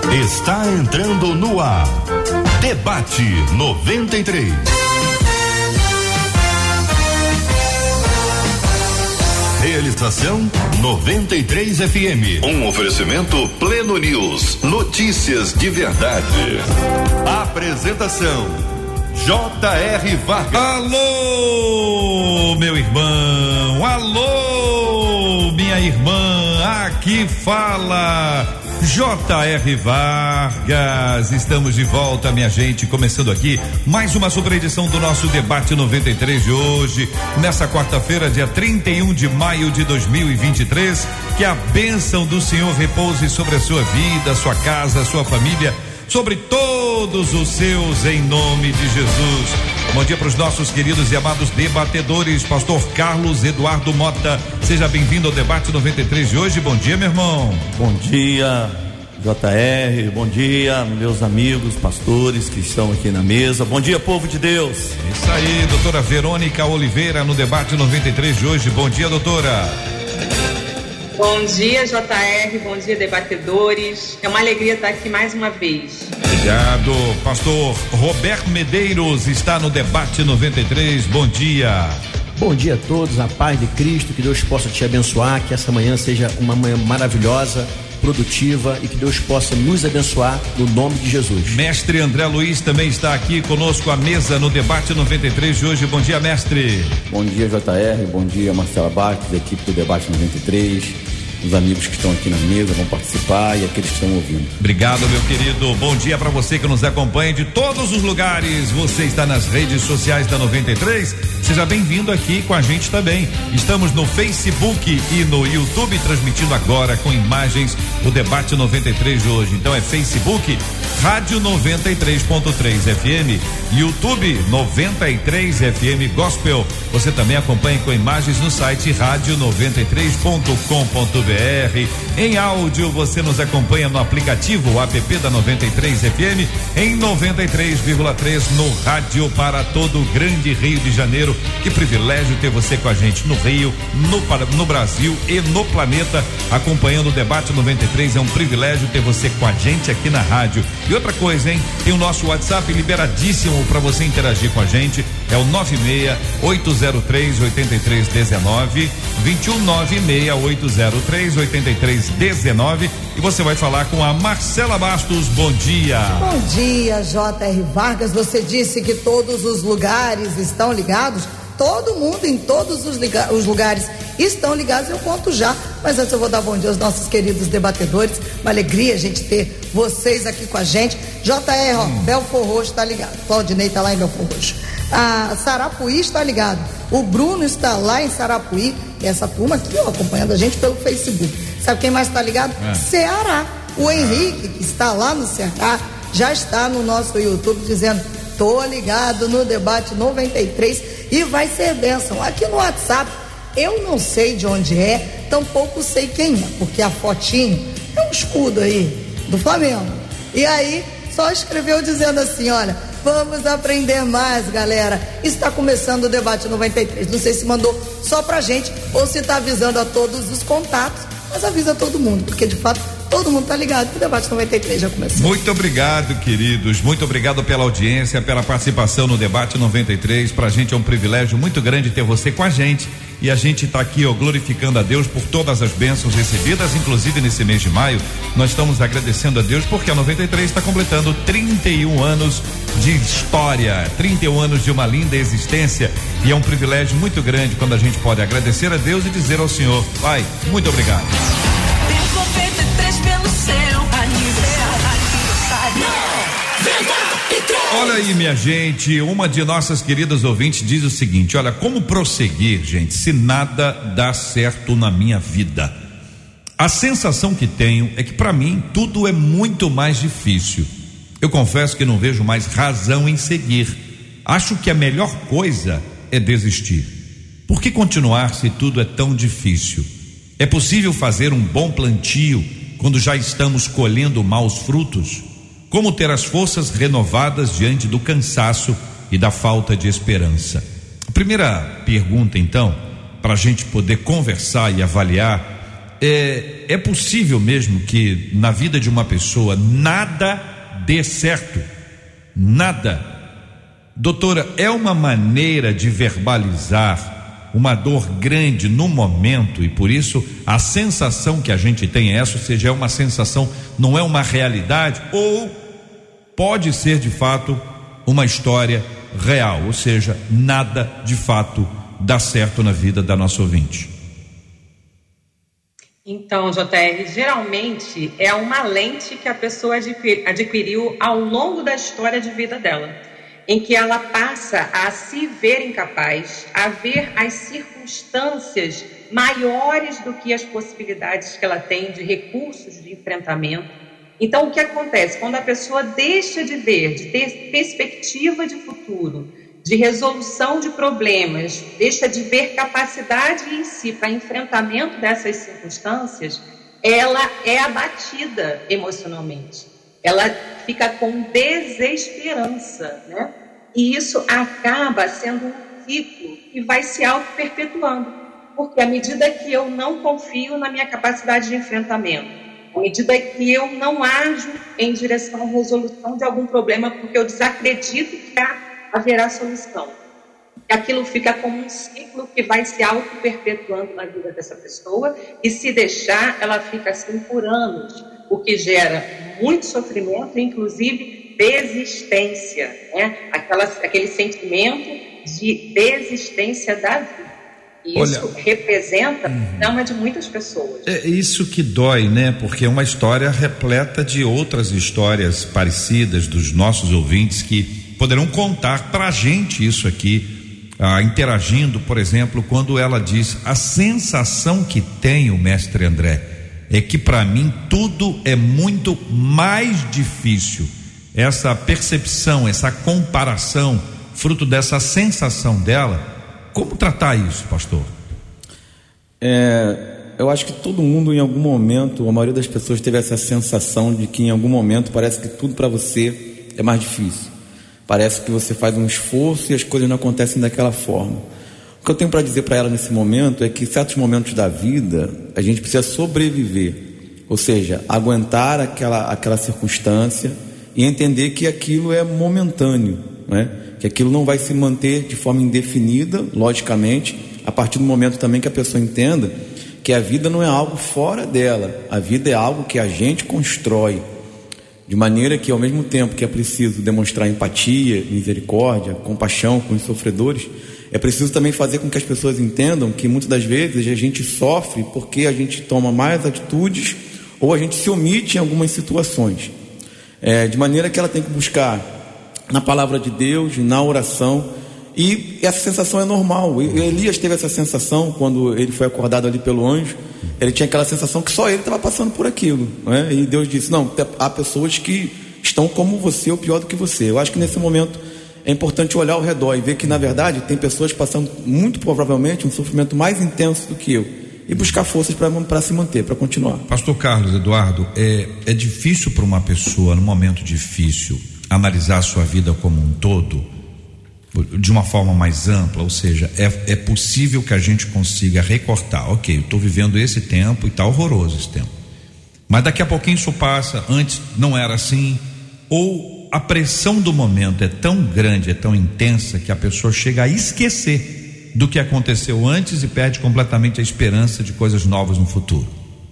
Está entrando no ar. Debate 93. Realização 93 FM. Um oferecimento Pleno News. Notícias de verdade. Apresentação J.R. Vargas. Alô, meu irmão. Alô, minha irmã. Aqui fala J.R. Vargas. Estamos de volta, minha gente, começando aqui mais uma super edição do nosso Debate 93 de hoje, nessa quarta-feira, dia 31 de maio de 2023. Que a bênção do Senhor repouse sobre a sua vida, sua casa, sua família, sobre todos os seus, em nome de Jesus. Bom dia para os nossos queridos e amados debatedores. Pastor Carlos Eduardo Mota, seja bem-vindo ao Debate 93 de hoje. Bom dia, meu irmão. Bom dia, JR, bom dia, meus amigos pastores que estão aqui na mesa. Bom dia, povo de Deus. Isso aí, doutora Verônica Oliveira, no Debate 93 de hoje. Bom dia, doutora. Bom dia, JR, bom dia, debatedores. É uma alegria estar aqui mais uma vez. Obrigado. Pastor Roberto Medeiros está no Debate 93. Bom dia. Bom dia a todos, a paz de Cristo, que Deus possa te abençoar, que essa manhã seja uma manhã maravilhosa, produtiva, e que Deus possa nos abençoar no nome de Jesus. Mestre André Luiz também está aqui conosco à mesa no Debate 93 de hoje. Bom dia, mestre. Bom dia, JR, bom dia, Marcela Baques, da equipe do Debate 93. Os amigos que estão aqui na mesa vão participar e aqueles que estão ouvindo. Obrigado, meu querido. Bom dia para você que nos acompanha de todos os lugares. Você está nas redes sociais da 93. Seja bem-vindo aqui com a gente também. Estamos no Facebook e no YouTube, transmitindo agora com imagens o Debate 93 de hoje. Então é Facebook, Rádio 93.3 FM, YouTube 93 FM Gospel. Você também acompanha com imagens no site radio93.com.br. Em áudio você nos acompanha no aplicativo app da 93 FM, em 93,3 no rádio para todo o grande Rio de Janeiro. Que privilégio ter você com a gente no Rio, no Brasil e no planeta, acompanhando o Debate 93. É um privilégio ter você com a gente aqui na rádio. E outra coisa, hein? Tem o nosso WhatsApp liberadíssimo para você interagir com a gente. É o 96803-8319, 2196803-8319, e você vai falar com a Marcela Bastos. Bom dia. Bom dia, J.R. Vargas. Você disse que todos os lugares estão ligados. Todo mundo em todos os lugares estão ligados, eu conto já, mas antes eu vou dar bom dia aos nossos queridos debatedores. Uma alegria a gente ter vocês aqui com a gente. JR, ó, Belfor Roxo está ligado, Claudinei está lá em Belfor Roxo, a Sarapuí está ligado, o Bruno está lá em Sarapuí, e essa turma aqui, ó, acompanhando a gente pelo Facebook. Sabe quem mais está ligado? Ceará. O Henrique, que está lá no Ceará, já está no nosso YouTube dizendo: tô ligado no Debate 93 e vai ser bênção. Aqui no WhatsApp, eu não sei de onde é, tampouco sei quem é, porque a fotinho é um escudo aí do Flamengo. E aí, só escreveu dizendo assim: olha, vamos aprender mais, galera. Está começando o Debate 93. Não sei se mandou só pra gente ou se está avisando a todos os contatos, mas avisa todo mundo, porque de fato todo mundo tá ligado que o Debate 93 já começou. Muito obrigado, queridos. Muito obrigado pela audiência, pela participação no Debate 93. Pra gente é um privilégio muito grande ter você com a gente. E a gente está aqui, ó, glorificando a Deus por todas as bênçãos recebidas, inclusive nesse mês de maio. Nós estamos agradecendo a Deus porque a 93 está completando 31 anos de história, 31 anos de uma linda existência. E é um privilégio muito grande quando a gente pode agradecer a Deus e dizer ao Senhor: Pai, muito obrigado. Olha aí, minha gente, uma de nossas queridas ouvintes diz o seguinte: olha, como prosseguir, gente, se nada dá certo na minha vida? A sensação que tenho é que para mim tudo é muito mais difícil. Eu confesso que não vejo mais razão em seguir. Acho que a melhor coisa é desistir. Por que continuar se tudo é tão difícil? É possível fazer um bom plantio quando já estamos colhendo maus frutos? Como ter as forças renovadas diante do cansaço e da falta de esperança? A primeira pergunta, então, para a gente poder conversar e avaliar, é possível mesmo que na vida de uma pessoa nada dê certo? Nada. Doutora, é uma maneira de verbalizar uma dor grande no momento, e por isso a sensação que a gente tem é essa, ou seja, é uma sensação, não é uma realidade, ou pode ser de fato uma história real, ou seja, nada de fato dá certo na vida da nossa ouvinte? Então, JR, geralmente é uma lente que a pessoa adquiriu ao longo da história de vida dela, em que ela passa a se ver incapaz, a ver as circunstâncias maiores do que as possibilidades que ela tem de recursos de enfrentamento. Então, o que acontece? Quando a pessoa deixa de ver, de ter perspectiva de futuro, de resolução de problemas, deixa de ver capacidade em si para enfrentamento dessas circunstâncias, ela é abatida emocionalmente. Ela fica com desesperança, né? E isso acaba sendo um ciclo que vai se auto-perpetuando, porque à medida que eu não confio na minha capacidade de enfrentamento, à medida que eu não ajo em direção à resolução de algum problema, porque eu desacredito que haverá solução, aquilo fica como um ciclo que vai se auto-perpetuando na vida dessa pessoa, e se deixar, ela fica assim por anos, o que gera muito sofrimento, inclusive desistência, né? Aquele sentimento de desistência da vida. E isso representa o drama de muitas pessoas. É isso que dói, né? Porque é uma história repleta de outras histórias parecidas dos nossos ouvintes que poderão contar pra gente isso aqui, interagindo, por exemplo, quando ela diz: a sensação que tenho, mestre André, é que para mim tudo é muito mais difícil. Essa percepção, essa comparação, fruto dessa sensação dela, como tratar isso, pastor? Eu acho que todo mundo, em algum momento, a maioria das pessoas teve essa sensação de que em algum momento parece que tudo para você é mais difícil. Parece que você faz um esforço e as coisas não acontecem daquela forma. O que eu tenho para dizer para ela nesse momento é que em certos momentos da vida a gente precisa sobreviver, ou seja, aguentar aquela circunstância e entender que aquilo é momentâneo, né? Que aquilo não vai se manter de forma indefinida, logicamente, a partir do momento também que a pessoa entenda que a vida não é algo fora dela, a vida é algo que a gente constrói. De maneira que, ao mesmo tempo que é preciso demonstrar empatia, misericórdia, compaixão com os sofredores, é preciso também fazer com que as pessoas entendam que muitas das vezes a gente sofre porque a gente toma mais atitudes ou a gente se omite em algumas situações. De maneira que ela tem que buscar na palavra de Deus, na oração, e essa sensação é normal. Elias teve essa sensação quando ele foi acordado ali pelo anjo. Ele tinha aquela sensação que só ele estava passando por aquilo, né? E Deus disse: não, há pessoas que estão como você ou pior do que você. Eu acho que nesse momento é importante olhar ao redor e ver que na verdade tem pessoas passando muito provavelmente um sofrimento mais intenso do que eu, e buscar forças para se manter, para continuar. Pastor Carlos Eduardo, é difícil para uma pessoa num momento difícil analisar a sua vida como um todo de uma forma mais ampla, ou seja, é possível que a gente consiga recortar, ok, eu estou vivendo esse tempo e está horroroso esse tempo, mas daqui a pouquinho isso passa, antes não era assim, ou a pressão do momento é tão grande, é tão intensa, que a pessoa chega a esquecer do que aconteceu antes e perde completamente a esperança de coisas novas no futuro.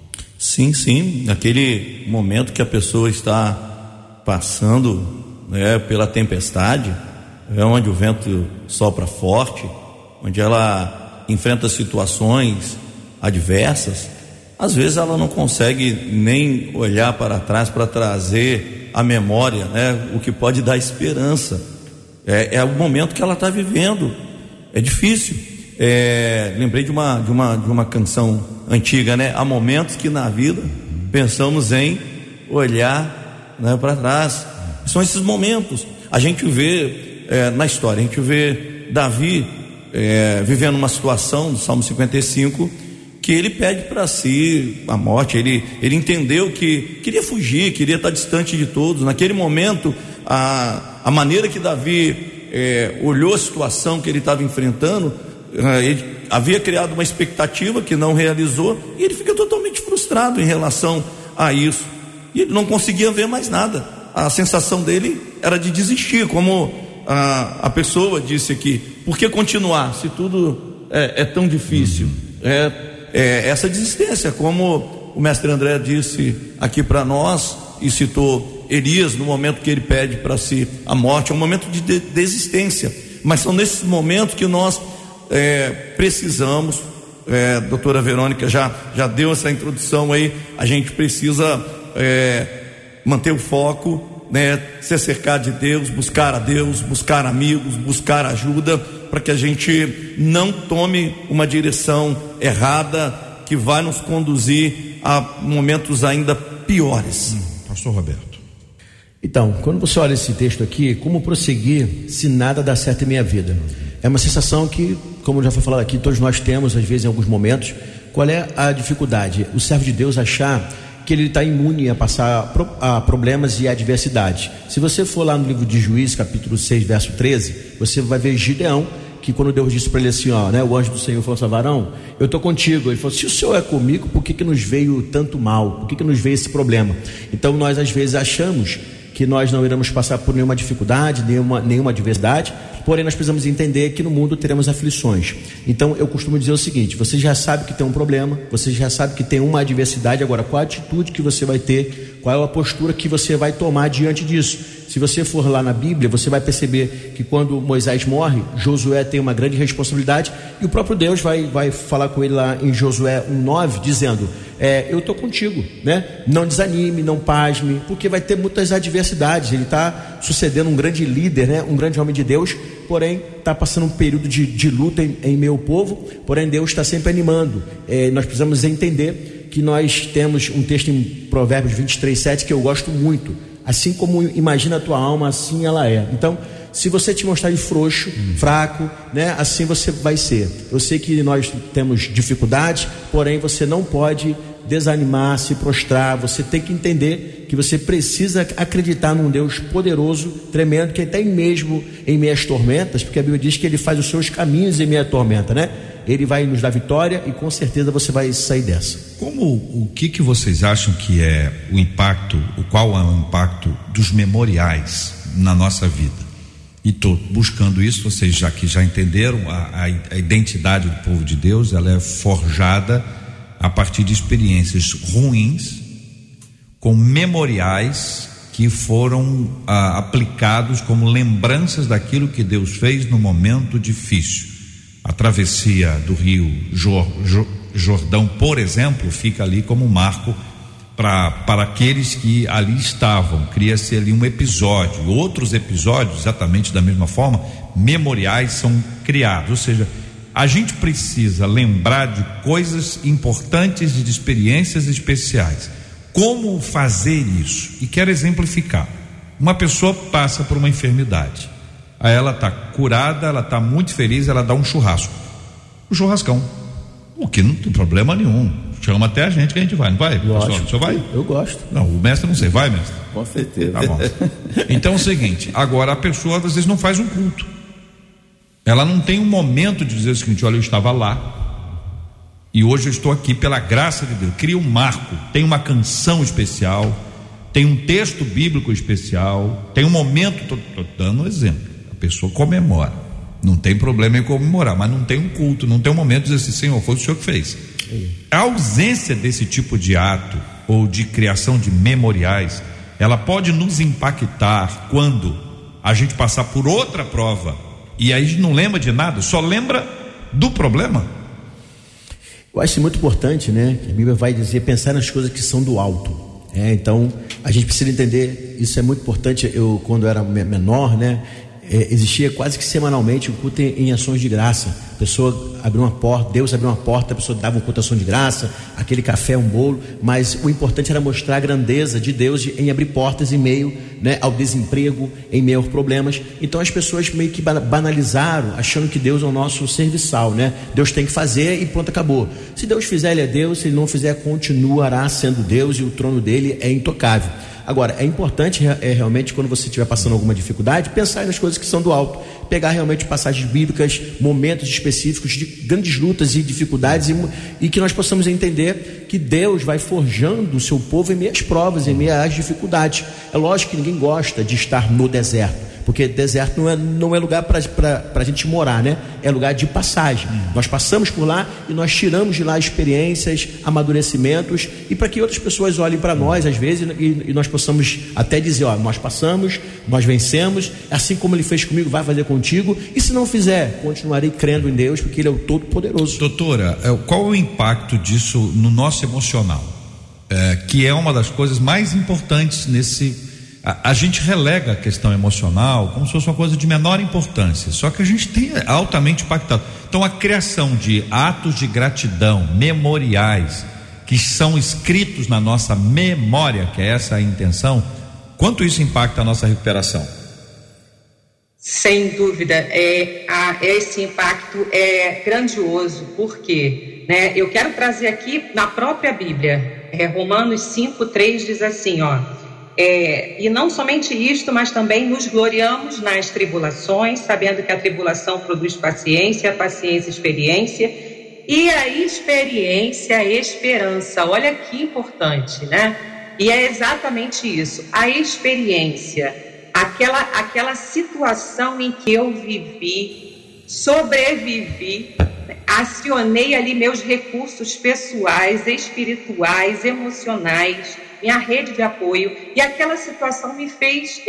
Sim, naquele momento que a pessoa está passando, né, pela tempestade, onde o vento sopra forte, onde ela enfrenta situações adversas, às vezes ela não consegue nem olhar para trás para trazer à memória, né, o que pode dar esperança. É o momento que ela está vivendo, é difícil. Lembrei de uma canção antiga, né? Há momentos que na vida pensamos em olhar, né, para trás. São esses momentos. A gente vê na história, a gente vê Davi vivendo uma situação do Salmo 55, que ele pede para si a morte. Ele entendeu que queria fugir, queria estar distante de todos. Naquele momento, a maneira que Davi olhou a situação que ele estava enfrentando, ele havia criado uma expectativa que não realizou, e ele fica totalmente frustrado em relação a isso, e ele não conseguia ver mais nada. A sensação dele era de desistir, como a pessoa disse aqui. Por que continuar se tudo é tão difícil? Essa desistência, como o mestre André disse aqui para nós e citou Elias no momento que ele pede para si a morte, é um momento de desistência, mas são nesses momentos que nós precisamos, doutora Verônica já deu essa introdução aí, a gente precisa manter o foco, né, se cercar de Deus, buscar a Deus, buscar amigos, buscar ajuda, para que a gente não tome uma direção errada que vai nos conduzir a momentos ainda piores. Pastor Roberto. Então, quando você olha esse texto aqui, como prosseguir se nada dá certo em minha vida? É uma sensação que, como já foi falado aqui, todos nós temos, às vezes, em alguns momentos. Qual é a dificuldade? O servo de Deus achar que ele está imune a passar a problemas e adversidades. Se você for lá no livro de Juízes, capítulo 6, verso 13, você vai ver Gideão, que quando Deus disse para ele assim, o anjo do Senhor falou assim: varão, eu estou contigo. Ele falou: se o Senhor é comigo, por que nos veio tanto mal? Por que nos veio esse problema? Então nós às vezes achamos que nós não iremos passar por nenhuma dificuldade, nenhuma adversidade, porém nós precisamos entender que no mundo teremos aflições. Então eu costumo dizer o seguinte: você já sabe que tem um problema, você já sabe que tem uma adversidade, agora qual a atitude que você vai ter, qual é a postura que você vai tomar diante disso? Se você for lá na Bíblia, você vai perceber que quando Moisés morre, Josué tem uma grande responsabilidade, e o próprio Deus vai falar com ele lá em Josué 1:9, dizendo: eu estou contigo, né? Não desanime, não pasme, porque vai ter muitas adversidades. Ele está sucedendo um grande líder, né? Um grande homem de Deus, porém está passando um período de luta em meu povo, porém Deus está sempre animando. Nós precisamos entender que nós temos um texto em Provérbios 23:7 que eu gosto muito: assim como imagina a tua alma, assim ela é. Então, se você te mostrar de frouxo, fraco, né, assim você vai ser. Eu sei que nós temos dificuldades, porém você não pode desanimar, se prostrar. Você tem que entender que você precisa acreditar num Deus poderoso, tremendo, que até mesmo em meias tormentas, porque a Bíblia diz que Ele faz os seus caminhos em meia tormenta, né? Ele vai nos dar vitória e com certeza você vai sair dessa. O que vocês acham que é o impacto, qual é o impacto dos memoriais na nossa vida? E estou buscando isso, vocês já entenderam, a identidade do povo de Deus, ela é forjada a partir de experiências ruins, com memoriais que foram aplicados como lembranças daquilo que Deus fez no momento difícil. A travessia do rio Jordão, por exemplo, fica ali como marco para aqueles que ali estavam. Cria-se ali um episódio, outros episódios exatamente da mesma forma, memoriais são criados, ou seja, a gente precisa lembrar de coisas importantes e de experiências especiais. Como fazer isso? E quero exemplificar. Uma pessoa passa por uma enfermidade, aí ela está curada, ela está muito feliz, ela dá um churrasco, um churrascão, o que não tem problema nenhum, chama até a gente que a gente vai, não vai? Lógico, o senhor vai? Eu gosto. Não, o mestre não sei, vai, mestre? Com certeza. Tá bom. Então é o seguinte, agora a pessoa às vezes não faz um culto, ela não tem um momento de dizer o seguinte: olha, eu estava lá e hoje eu estou aqui pela graça de Deus. Cria um marco, tem uma canção especial, tem um texto bíblico especial, tem um momento. Estou dando um exemplo. A pessoa comemora, não tem problema em comemorar, mas não tem um culto, não tem um momento de dizer assim: Senhor, foi o Senhor que fez. A ausência desse tipo de ato ou de criação de memoriais, ela pode nos impactar quando a gente passar por outra prova e aí a gente não lembra de nada, só lembra do problema. Eu acho muito importante, né? Que a Bíblia vai dizer, pensar nas coisas que são do alto. Então, a gente precisa entender, isso é muito importante. Eu, quando era menor, né? Existia quase que semanalmente um culto em ações de graça. A pessoa abriu uma porta, Deus abriu uma porta, a pessoa dava um culto em ação de graça, aquele café, um bolo, mas o importante era mostrar a grandeza de Deus em abrir portas em meio, né, ao desemprego, em meio aos problemas. Então as pessoas meio que banalizaram, achando que Deus é o nosso serviçal, né? Deus tem que fazer e pronto, acabou. Se Deus fizer, Ele é Deus; se Ele não fizer, continuará sendo Deus e o trono dele é intocável. Agora, é importante realmente, quando você estiver passando alguma dificuldade, pensar nas coisas que são do alto, pegar realmente passagens bíblicas, momentos específicos de grandes lutas e dificuldades, e que nós possamos entender que Deus vai forjando o seu povo em meio às provas, em meio às dificuldades. É lógico que ninguém gosta de estar no deserto, porque deserto não é lugar para a gente morar, né? É lugar de passagem. Nós passamos por lá e nós tiramos de lá experiências, amadurecimentos, e para que outras pessoas olhem para nós às vezes e nós possamos até dizer, ó, nós passamos, nós vencemos, assim como Ele fez comigo, vai fazer contigo, e se não fizer, continuarei crendo em Deus, porque Ele é o Todo-Poderoso. Doutora, qual é o impacto disso no nosso emocional? Que é uma das coisas mais importantes nesse... A gente relega a questão emocional como se fosse uma coisa de menor importância, só que a gente tem altamente impactado. Então, a criação de atos de gratidão, memoriais, que são escritos na nossa memória, que é essa a intenção, quanto isso impacta a nossa recuperação? Sem dúvida, esse impacto é grandioso, porque, né, eu quero trazer aqui na própria Bíblia, Romanos 5:3 diz assim, ó, e não somente isto, mas também nos gloriamos nas tribulações, sabendo que a tribulação produz paciência, a paciência experiência, e a experiência esperança. Olha que importante, né? E é exatamente isso, a experiência, aquela situação em que eu vivi, sobrevivi, acionei ali meus recursos pessoais, espirituais, emocionais, minha rede de apoio, e aquela situação me fez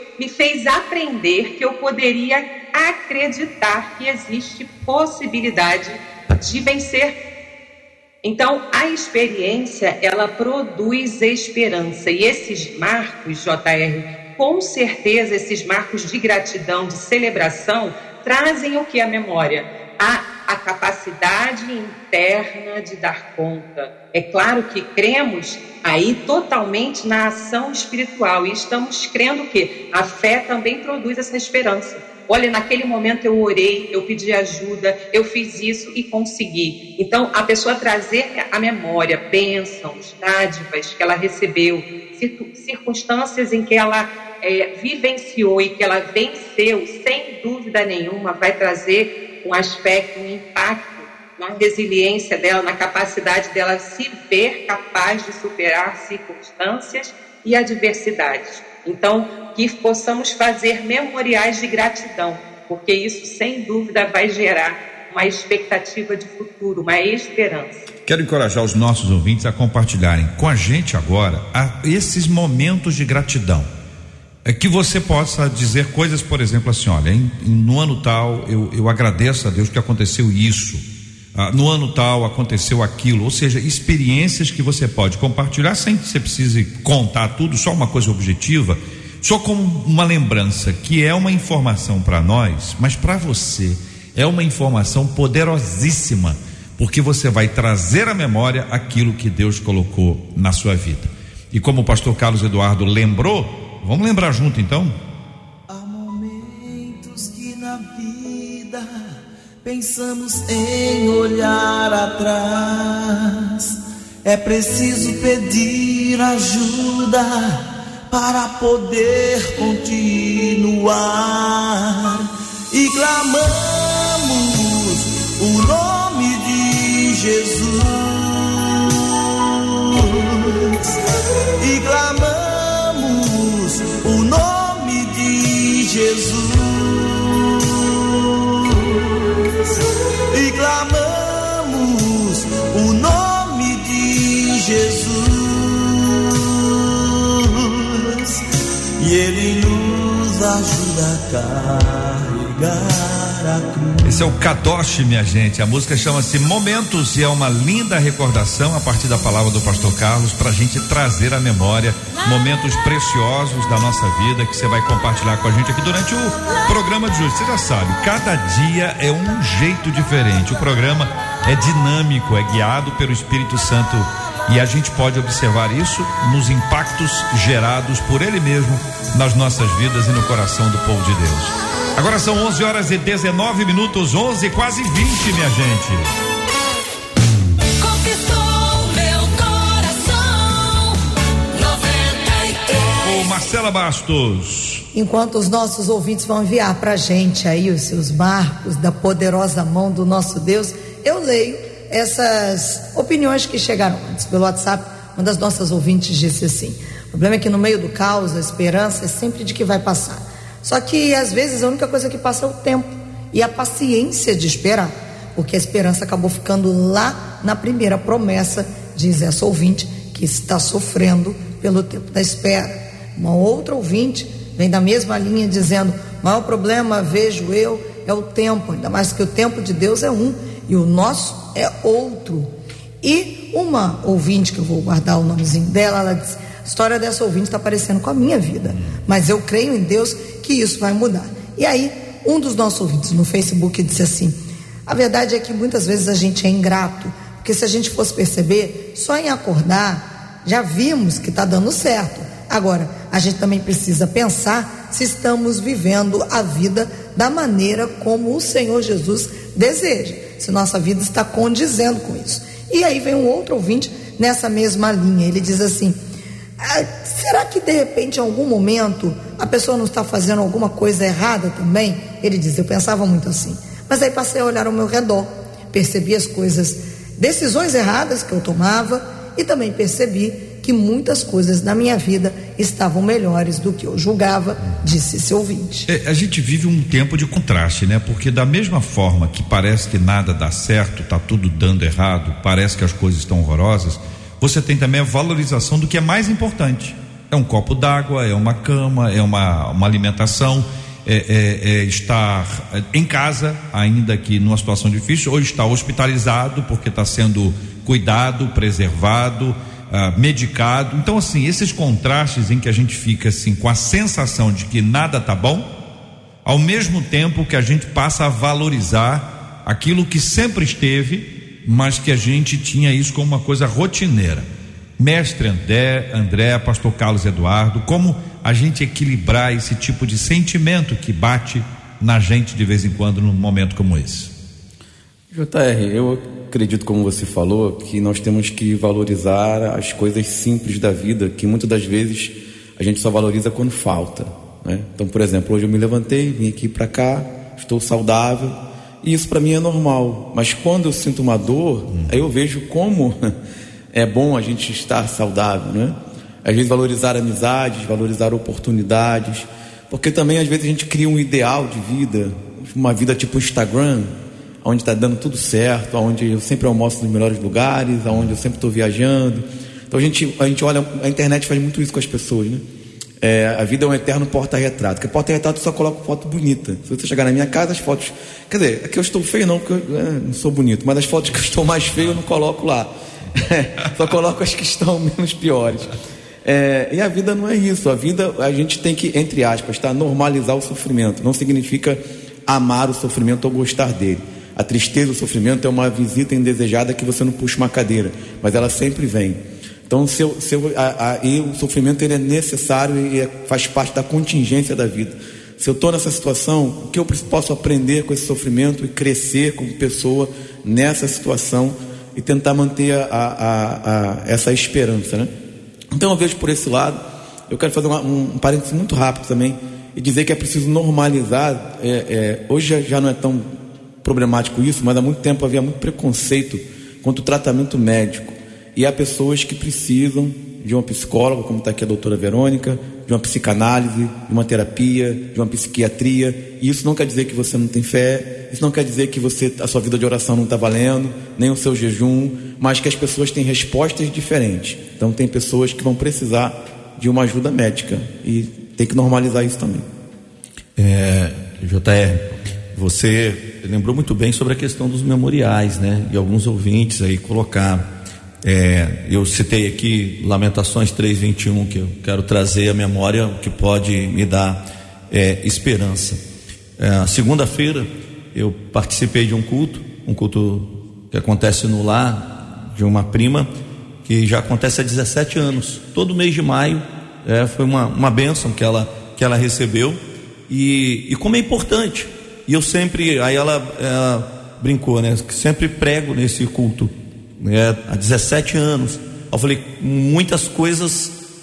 aprender que eu poderia acreditar que existe possibilidade de vencer. Então, a experiência, ela produz esperança, e esses marcos, JR, com certeza esses marcos de gratidão, de celebração, trazem o que? A memória? A capacidade interna de dar conta. É claro que cremos aí totalmente na ação espiritual, e estamos crendo que a fé também produz essa esperança. Olha, naquele momento eu orei, eu pedi ajuda, eu fiz isso e consegui. Então, a pessoa trazer à memória bênçãos, dádivas que ela recebeu, circunstâncias em que ela vivenciou e que ela venceu, sem dúvida nenhuma, vai trazer um aspecto, um impacto na resiliência dela, na capacidade dela se ver capaz de superar circunstâncias e adversidades. Então, que possamos fazer memoriais de gratidão, porque isso, sem dúvida, vai gerar uma expectativa de futuro, uma esperança. Quero encorajar os nossos ouvintes a compartilharem com a gente agora esses momentos de gratidão. Que você possa dizer coisas, por exemplo, assim, olha, no ano tal eu agradeço a Deus que aconteceu isso, no ano tal aconteceu aquilo, ou seja, experiências que você pode compartilhar sem que você precise contar tudo, só uma coisa objetiva, só como uma lembrança, que é uma informação para nós, mas para você é uma informação poderosíssima, porque você vai trazer à memória aquilo que Deus colocou na sua vida. E como o pastor Carlos Eduardo lembrou, vamos lembrar junto então? Há momentos que na vida pensamos em olhar atrás. É preciso pedir ajuda para poder continuar. E clamamos o nome de Jesus. E clamamos o nome de Jesus. E clamamos o nome de Jesus. E Ele nos ajuda a carregar a cruz. Esse é o Kadosh, minha gente. A música chama-se Momentos e é uma linda recordação a partir da palavra do pastor Carlos, pra gente trazer à memória momentos preciosos da nossa vida que você vai compartilhar com a gente aqui durante o programa de hoje. Você já sabe, cada dia é um jeito diferente. O programa é dinâmico, é guiado pelo Espírito Santo, e a gente pode observar isso nos impactos gerados por Ele mesmo nas nossas vidas e no coração do povo de Deus. Agora são 11h19, 11, quase 20, minha gente. Conquistou meu coração, 93. Marcela Bastos. Enquanto os nossos ouvintes vão enviar pra gente aí os seus marcos da poderosa mão do nosso Deus, eu leio essas opiniões que chegaram antes pelo WhatsApp. Uma das nossas ouvintes disse assim: o problema é que no meio do caos a esperança é sempre de que vai passar, só que às vezes a única coisa que passa é o tempo e a paciência de esperar, porque a esperança acabou ficando lá na primeira promessa, diz essa ouvinte que está sofrendo pelo tempo da espera. Uma outra ouvinte vem da mesma linha dizendo: o maior problema, vejo eu, é o tempo, ainda mais que o tempo de Deus é um e o nosso é outro. E uma ouvinte, que eu vou guardar o nomezinho dela, ela diz: a história dessa ouvinte está parecendo com a minha vida, mas eu creio em Deus que isso vai mudar. E aí, um dos nossos ouvintes no Facebook disse assim: a verdade é que muitas vezes a gente é ingrato, porque se a gente fosse perceber, só em acordar já vimos que está dando certo. Agora, a gente também precisa pensar se estamos vivendo a vida da maneira como o Senhor Jesus deseja, se nossa vida está condizendo com isso. E aí vem um outro ouvinte nessa mesma linha, ele diz assim: será que de repente em algum momento a pessoa não está fazendo alguma coisa errada também? Ele diz: eu pensava muito assim, mas aí passei a olhar ao meu redor, percebi as coisas, decisões erradas que eu tomava, e também percebi que muitas coisas na minha vida estavam melhores do que eu julgava, disse esse ouvinte. A gente vive um tempo de contraste, né? Porque da mesma forma que parece que nada dá certo, tá tudo dando errado, parece que as coisas estão horrorosas, você tem também a valorização do que é mais importante. É um copo d'água, é uma cama, é uma alimentação, é estar em casa, ainda que numa situação difícil, ou estar hospitalizado porque está sendo cuidado, preservado, medicado. Então, assim, esses contrastes em que a gente fica assim com a sensação de que nada tá bom, ao mesmo tempo que a gente passa a valorizar aquilo que sempre esteve, mas que a gente tinha isso como uma coisa rotineira. Mestre André, pastor Carlos Eduardo, como a gente equilibrar esse tipo de sentimento que bate na gente de vez em quando num momento como esse? JR, eu acredito, como você falou, que nós temos que valorizar as coisas simples da vida, que muitas das vezes a gente só valoriza quando falta, né? Então, por exemplo, hoje eu me levantei, vim aqui para cá, estou saudável, e isso para mim é normal, mas quando eu sinto uma dor, aí eu vejo como é bom a gente estar saudável, né? Às vezes valorizar amizades, valorizar oportunidades, porque também às vezes a gente cria um ideal de vida, uma vida tipo Instagram, onde está dando tudo certo, onde eu sempre almoço nos melhores lugares, onde eu sempre estou viajando. Então a gente olha, a internet faz muito isso com as pessoas, né? A vida é um eterno porta-retrato, porque porta-retrato só coloca foto bonita. Se você chegar na minha casa, as fotos, quer dizer, aqui eu estou feio não, porque eu não sou bonito, mas as fotos que eu estou mais feio eu não coloco lá, só coloco as que estão menos piores. E a vida não é isso. A vida, a gente tem que, entre aspas, normalizar o sofrimento. Não significa amar o sofrimento ou gostar dele. A tristeza, o sofrimento é uma visita indesejada que você não puxa uma cadeira, mas ela sempre vem. Então, e o sofrimento ele é necessário e faz parte da contingência da vida. Se eu estou nessa situação, o que eu posso aprender com esse sofrimento e crescer como pessoa nessa situação e tentar manter essa esperança, né? Então eu vejo por esse lado. Eu quero fazer um parênteses muito rápido também e dizer que é preciso normalizar. Hoje já não é tão problemático isso, mas há muito tempo havia muito preconceito quanto ao tratamento médico, e há pessoas que precisam de uma psicóloga, como está aqui a doutora Verônica, de uma psicanálise, de uma terapia, de uma psiquiatria, e isso não quer dizer que você não tem fé, isso não quer dizer que a sua vida de oração não está valendo, nem o seu jejum, mas que as pessoas têm respostas diferentes. Então tem pessoas que vão precisar de uma ajuda médica, e tem que normalizar isso também. JR, você lembrou muito bem sobre a questão dos memoriais, né? E alguns ouvintes aí colocaram. Eu citei aqui Lamentações 3:21, que eu quero trazer à memória o que pode me dar esperança. Segunda-feira eu participei de um culto que acontece no lar de uma prima, que já acontece há 17 anos. Todo mês de maio foi uma bênção que ela recebeu, e como é importante. E eu sempre, aí ela brincou, né? Sempre prego nesse culto, há 17 anos. Eu falei, muitas coisas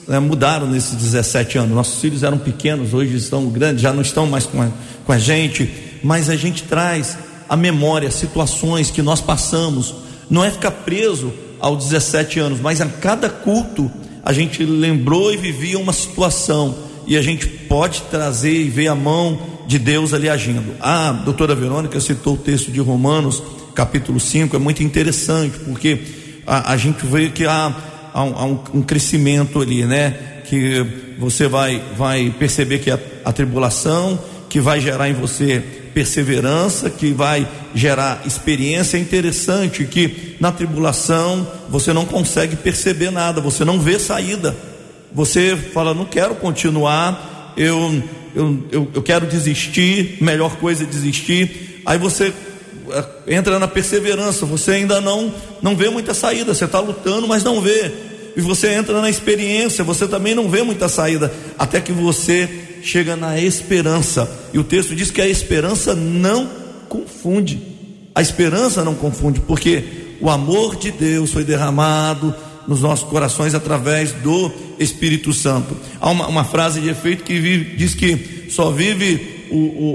mudaram nesses 17 anos. Nossos filhos eram pequenos, hoje estão grandes, já não estão mais com a gente, mas a gente traz à memória situações que nós passamos. Não é ficar preso aos 17 anos, mas a cada culto a gente lembrou e vivia uma situação, e a gente pode trazer e ver a mão de Deus ali agindo. A doutora Verônica citou o texto de Romanos capítulo 5, é muito interessante, porque a gente vê que há um crescimento ali, né? Que você vai perceber que a tribulação, que vai gerar em você perseverança, que vai gerar experiência. É interessante que na tribulação você não consegue perceber nada, você não vê saída, você fala, não quero continuar, eu quero desistir, melhor coisa é desistir. Aí você entra na perseverança, você ainda não vê muita saída, você está lutando, mas não vê. E você entra na experiência, você também não vê muita saída, até que você chega na esperança. E o texto diz que a esperança não confunde. A esperança não confunde, porque o amor de Deus foi derramado nos nossos corações através do Espírito Santo. Há uma frase de efeito que diz que só vive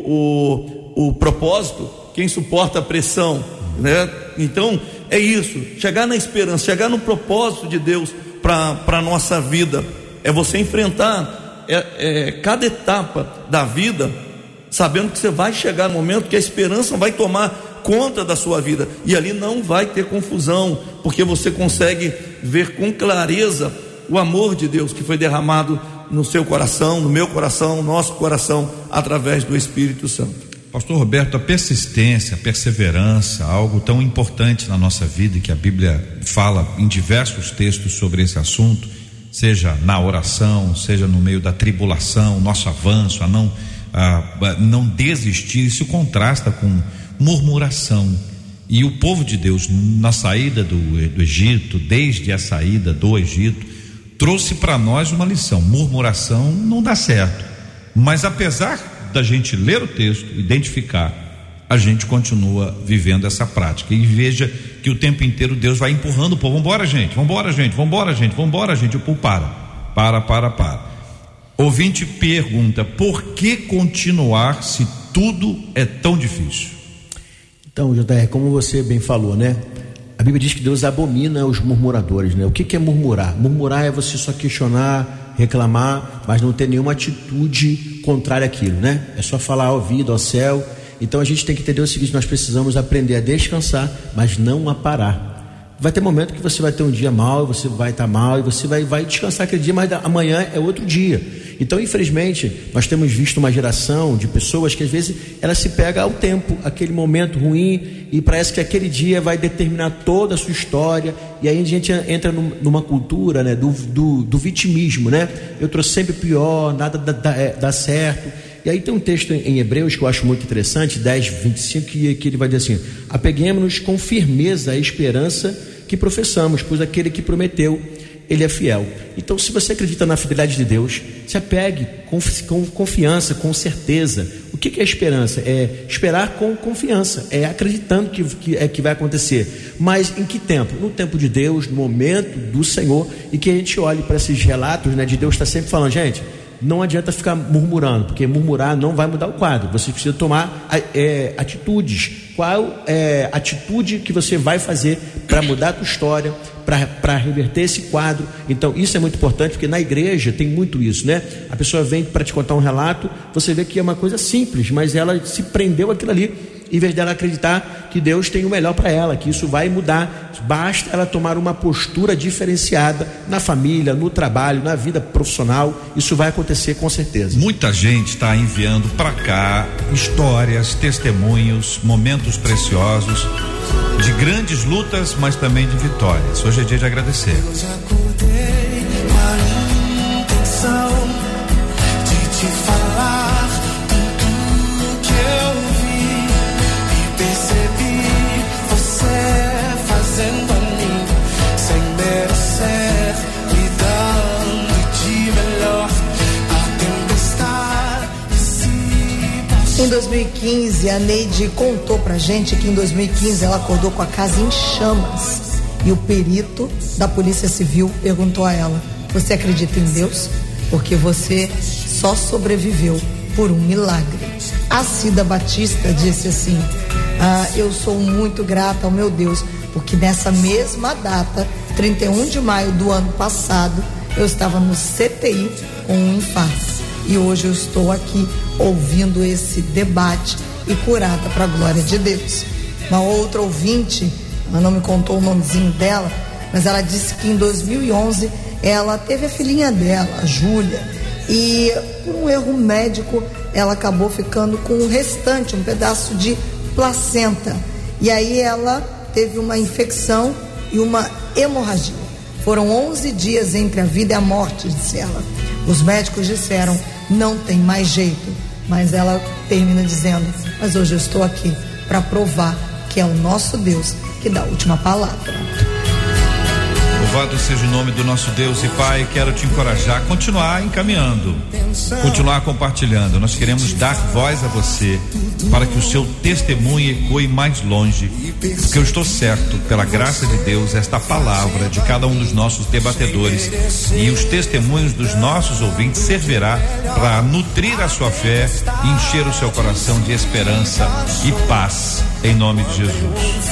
o propósito quem suporta a pressão, né? Então é isso, chegar na esperança, chegar no propósito de Deus para a nossa vida, é você enfrentar cada etapa da vida, sabendo que você vai chegar no momento que a esperança vai tomar conta da sua vida, e ali não vai ter confusão, porque você consegue ver com clareza o amor de Deus que foi derramado no seu coração, no meu coração, no nosso coração, através do Espírito Santo. Pastor Roberto, a persistência, a perseverança, algo tão importante na nossa vida, e que a Bíblia fala em diversos textos sobre esse assunto, seja na oração, seja no meio da tribulação, nosso avanço, a não desistir. Isso contrasta com murmuração. E o povo de Deus, na saída do Egito, desde a saída do Egito, trouxe para nós uma lição: murmuração não dá certo. Mas apesar da gente ler o texto, identificar, a gente continua vivendo essa prática. E veja que o tempo inteiro Deus vai empurrando o povo: vambora gente, vambora gente, vambora gente, vambora gente. O povo para. Ouvinte pergunta: por que continuar se tudo é tão difícil? Então, JR, como você bem falou, né? A Bíblia diz que Deus abomina os murmuradores, né? O que é murmurar? Murmurar é você só questionar, reclamar, mas não ter nenhuma atitude contrária àquilo, né? É só falar ao ouvido, ao céu. Então a gente tem que entender o seguinte: nós precisamos aprender a descansar, mas não a parar. Vai ter momento que você vai ter um dia mal, você vai estar mal, e você vai descansar aquele dia, mas amanhã é outro dia. Então, infelizmente, nós temos visto uma geração de pessoas que às vezes ela se pega ao tempo, aquele momento ruim, e parece que aquele dia vai determinar toda a sua história, e aí a gente entra numa cultura, né, do vitimismo, né? Eu trouxe sempre pior, nada dá certo. E aí tem um texto em Hebreus que eu acho muito interessante, 10:25, que ele vai dizer assim: apeguemos-nos com firmeza à esperança que professamos, pois aquele que prometeu, ele é fiel. Então, se você acredita na fidelidade de Deus, se apegue com confiança, com certeza. O que é esperança? É esperar com confiança, é acreditando que vai acontecer. Mas em que tempo? No tempo de Deus, no momento do Senhor, e que a gente olhe para esses relatos, né, de Deus está sempre falando: gente, não adianta ficar murmurando, porque murmurar não vai mudar o quadro. Você precisa tomar atitudes. Qual é a atitude que você vai fazer para mudar a tua história, para reverter esse quadro? Então isso é muito importante, porque na igreja tem muito isso, né? A pessoa vem para te contar um relato, você vê que é uma coisa simples, mas ela se prendeu àquilo ali, em vez dela acreditar que Deus tem o melhor para ela, que isso vai mudar. Basta ela tomar uma postura diferenciada na família, no trabalho, na vida profissional. Isso vai acontecer com certeza. Muita gente está enviando para cá histórias, testemunhos, momentos preciosos de grandes lutas, mas também de vitórias. Hoje é dia de agradecer. Hoje acordei com a intenção de te falar tudo que eu vi e percebi você fazendo a mim sem merecer, me dando de melhor. A tempestade se Em 2015, a Neide contou pra gente que em 2015 ela acordou com a casa em chamas. E o perito da Polícia Civil perguntou a ela: Você acredita em Deus? Porque você só sobreviveu por um milagre. A Cida Batista disse assim: eu sou muito grata ao meu Deus, porque nessa mesma data, 31 de maio do ano passado, eu estava no CTI com um infarto. E hoje eu estou aqui ouvindo esse debate e curada para a glória de Deus. Uma outra ouvinte, ela não me contou o nomezinho dela, mas ela disse que em 2011 ela teve a filhinha dela, a Júlia, e por um erro médico ela acabou ficando com o restante, um pedaço de placenta. E aí ela teve uma infecção e uma hemorragia. Foram 11 dias entre a vida e a morte, disse ela. Os médicos disseram, não tem mais jeito. Mas ela termina dizendo, mas hoje eu estou aqui para provar que é o nosso Deus que dá a última palavra. Louvado seja o nome do nosso Deus e Pai. Quero te encorajar a continuar encaminhando, continuar compartilhando. Nós queremos dar voz a você para que o seu testemunho ecoe mais longe, porque eu estou certo, pela graça de Deus, esta palavra de cada um dos nossos debatedores e os testemunhos dos nossos ouvintes servirá para nutrir a sua fé e encher o seu coração de esperança e paz, em nome de Jesus.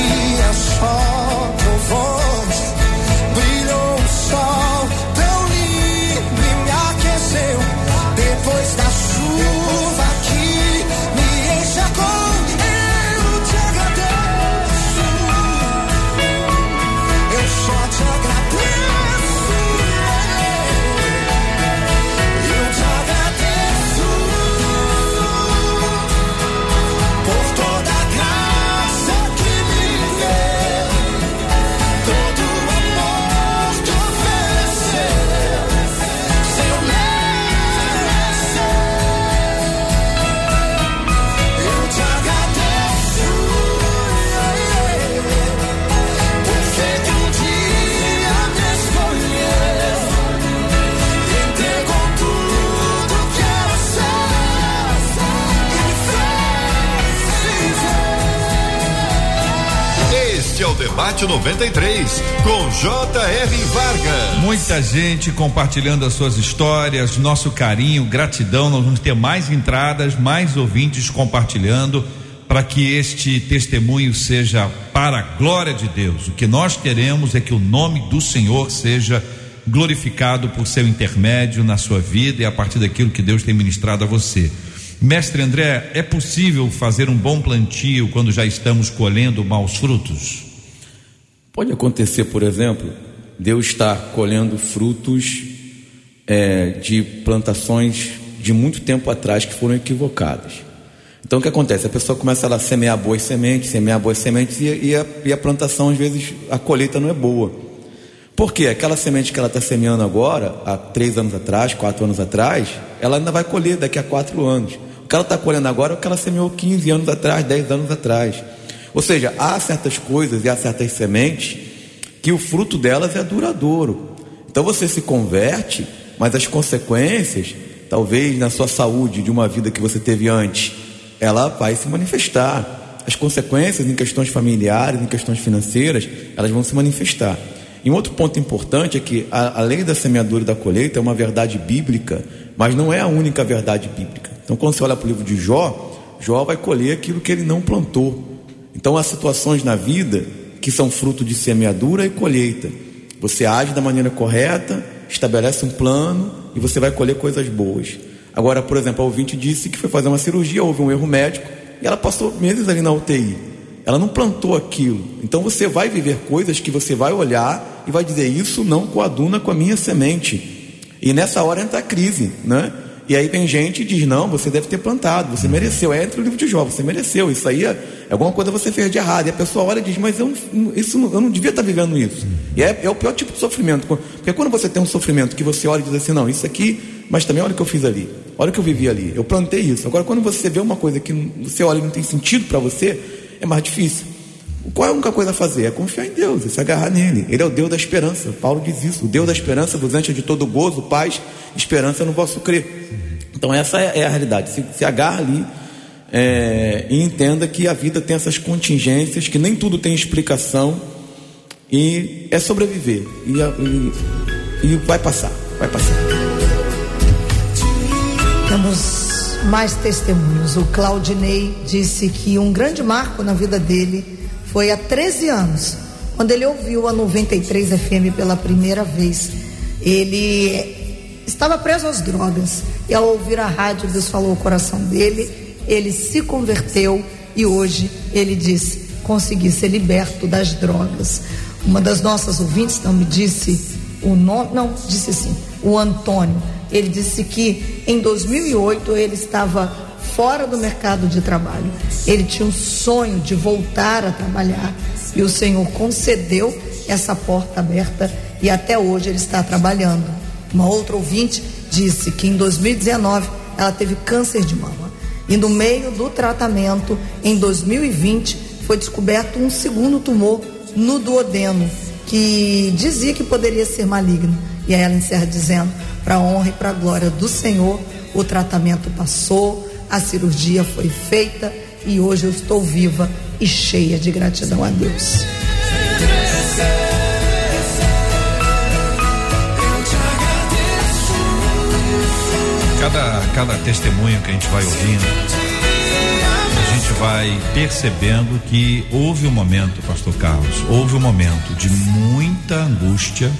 Sol tão lindo e me aqueceu. Depois da chuva que me encharcou, eu te agradeço. Eu só te agradeço. Eu te agradeço por toda a graça que me deu, todo o amor que Este é o Debate 93, com J.R. Vargas. Muita gente compartilhando as suas histórias, nosso carinho, gratidão. Nós vamos ter mais entradas, mais ouvintes compartilhando, para que este testemunho seja para a glória de Deus. O que nós queremos é que o nome do Senhor seja glorificado por seu intermédio na sua vida e a partir daquilo que Deus tem ministrado a você. Mestre André, é possível fazer um bom plantio quando já estamos colhendo maus frutos? Pode acontecer, por exemplo, Deus está colhendo frutos de plantações de muito tempo atrás que foram equivocadas. Então o que acontece? A pessoa começa a semear boas sementes e a plantação, às vezes, a colheita não é boa. Por quê? Aquela semente que ela está semeando agora, há 3 anos atrás, 4 anos atrás, ela ainda vai colher daqui a 4 anos. O que ela está colhendo agora é o que ela semeou 15 anos atrás, 10 anos atrás. Ou seja, há certas coisas e há certas sementes que o fruto delas é duradouro. Então você se converte, mas as consequências, talvez na sua saúde de uma vida que você teve antes, ela vai se manifestar. As consequências em questões familiares, em questões financeiras, elas vão se manifestar. E um outro ponto importante é que a lei da semeadura e da colheita é uma verdade bíblica, mas não é a única verdade bíblica. Então quando você olha para o livro de Jó, Jó vai colher aquilo que ele não plantou. Então há situações na vida que são fruto de semeadura e colheita. Você age da maneira correta, estabelece um plano e você vai colher coisas boas. Agora, por exemplo, a ouvinte disse que foi fazer uma cirurgia, houve um erro médico e ela passou meses ali na UTI. Ela não plantou aquilo. Então você vai viver coisas que você vai olhar e vai dizer, isso não coaduna com a minha semente. E nessa hora entra a crise, né? E aí vem gente e diz, não, você deve ter plantado, você mereceu. É entre o livro de Jó, você mereceu, isso aí é alguma coisa que você fez de errado. E a pessoa olha e diz, mas eu não devia estar vivendo isso. E é o pior tipo de sofrimento. Porque quando você tem um sofrimento que você olha e diz assim, não, isso aqui, mas também olha o que eu fiz ali, olha o que eu vivi ali, eu plantei isso. Agora quando você vê uma coisa que você olha e não tem sentido para você, é mais difícil. Qual é a única coisa a fazer? É confiar em Deus, é se agarrar nele. Ele é o Deus da esperança. Paulo diz isso, o Deus da esperança vos enche de todo gozo, paz, esperança no vosso crer. Então essa é a realidade. Se agarra ali e entenda que a vida tem essas contingências, que nem tudo tem explicação, e é sobreviver. E vai passar. Temos mais testemunhos. O Claudinei disse que um grande marco na vida dele foi há 13 anos, quando ele ouviu a 93 FM pela primeira vez. Ele estava preso às drogas e ao ouvir a rádio, Deus falou ao coração dele, ele se converteu e hoje ele disse conseguir ser liberto das drogas. Uma das nossas ouvintes não me disse o nome, não, disse sim, o Antônio. Ele disse que em 2008 ele estava fora do mercado de trabalho. Ele tinha um sonho de voltar a trabalhar e o Senhor concedeu essa porta aberta e até hoje ele está trabalhando. Uma outra ouvinte disse que em 2019 ela teve câncer de mama e no meio do tratamento, em 2020, foi descoberto um segundo tumor no duodeno, que dizia que poderia ser maligno. E aí ela encerra dizendo: para a honra e para a glória do Senhor, o tratamento passou, a cirurgia foi feita e hoje eu estou viva e cheia de gratidão a Deus. Cada testemunho que a gente vai ouvindo, a gente vai percebendo que houve um momento, pastor Carlos, houve um momento de muita angústia,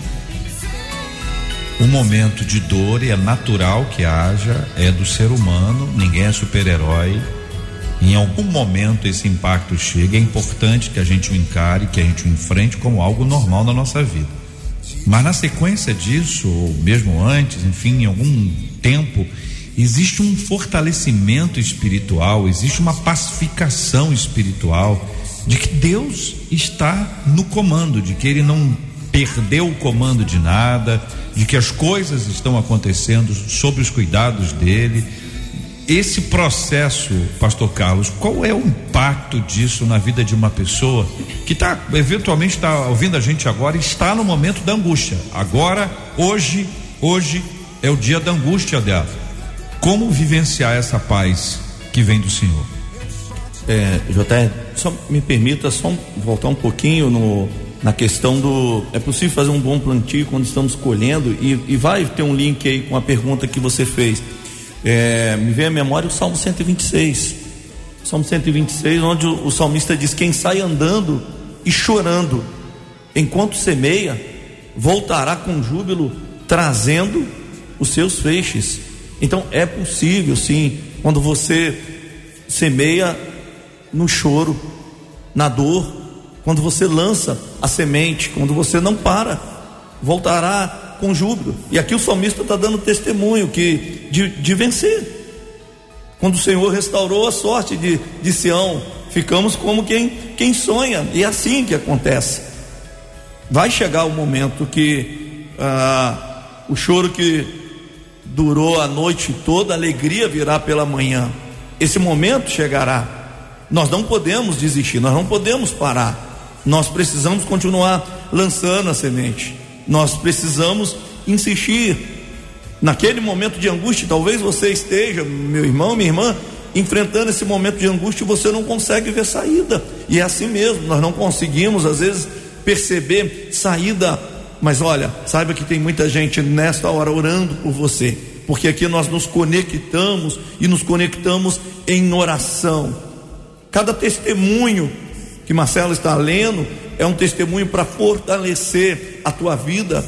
um momento de dor, e é natural que haja, é do ser humano, ninguém é super-herói. Em algum momento esse impacto chega, é importante que a gente o encare, que a gente o enfrente como algo normal na nossa vida. Mas na sequência disso, ou mesmo antes, enfim, em algum tempo, existe um fortalecimento espiritual, existe uma pacificação espiritual de que Deus está no comando, de que Ele não perdeu o comando de nada, de que as coisas estão acontecendo sob os cuidados dele. Esse processo, pastor Carlos, qual é o impacto disso na vida de uma pessoa que eventualmente está ouvindo a gente agora e está no momento da angústia? Agora, hoje é o dia da angústia dela. Como vivenciar essa paz que vem do Senhor? JR, só me permita só voltar um pouquinho na questão do... É possível fazer um bom plantio quando estamos colhendo, e vai ter um link aí com a pergunta que você fez. Me vem à memória o Salmo 126. Salmo 126, onde o salmista diz: quem sai andando e chorando enquanto semeia, voltará com júbilo, trazendo os seus feixes. Então é possível sim, quando você semeia no choro, na dor, quando você lança a semente, quando você não para, voltará com júbilo. E aqui o salmista está dando testemunho de vencer. Quando o Senhor restaurou a sorte de Sião, ficamos como quem sonha, e é assim que acontece. Vai chegar o momento que o choro que durou a noite toda, a alegria virá pela manhã. Esse momento chegará. Nós não podemos desistir, nós não podemos parar. Nós precisamos continuar lançando a semente. Nós precisamos insistir. Naquele momento de angústia, talvez você esteja, meu irmão, minha irmã, enfrentando esse momento de angústia e você não consegue ver saída. E é assim mesmo, nós não conseguimos às vezes perceber saída. Mas olha, saiba que tem muita gente nesta hora orando por você, porque aqui nós nos conectamos e nos conectamos em oração. Cada testemunho que Marcelo está lendo é um testemunho para fortalecer a tua vida,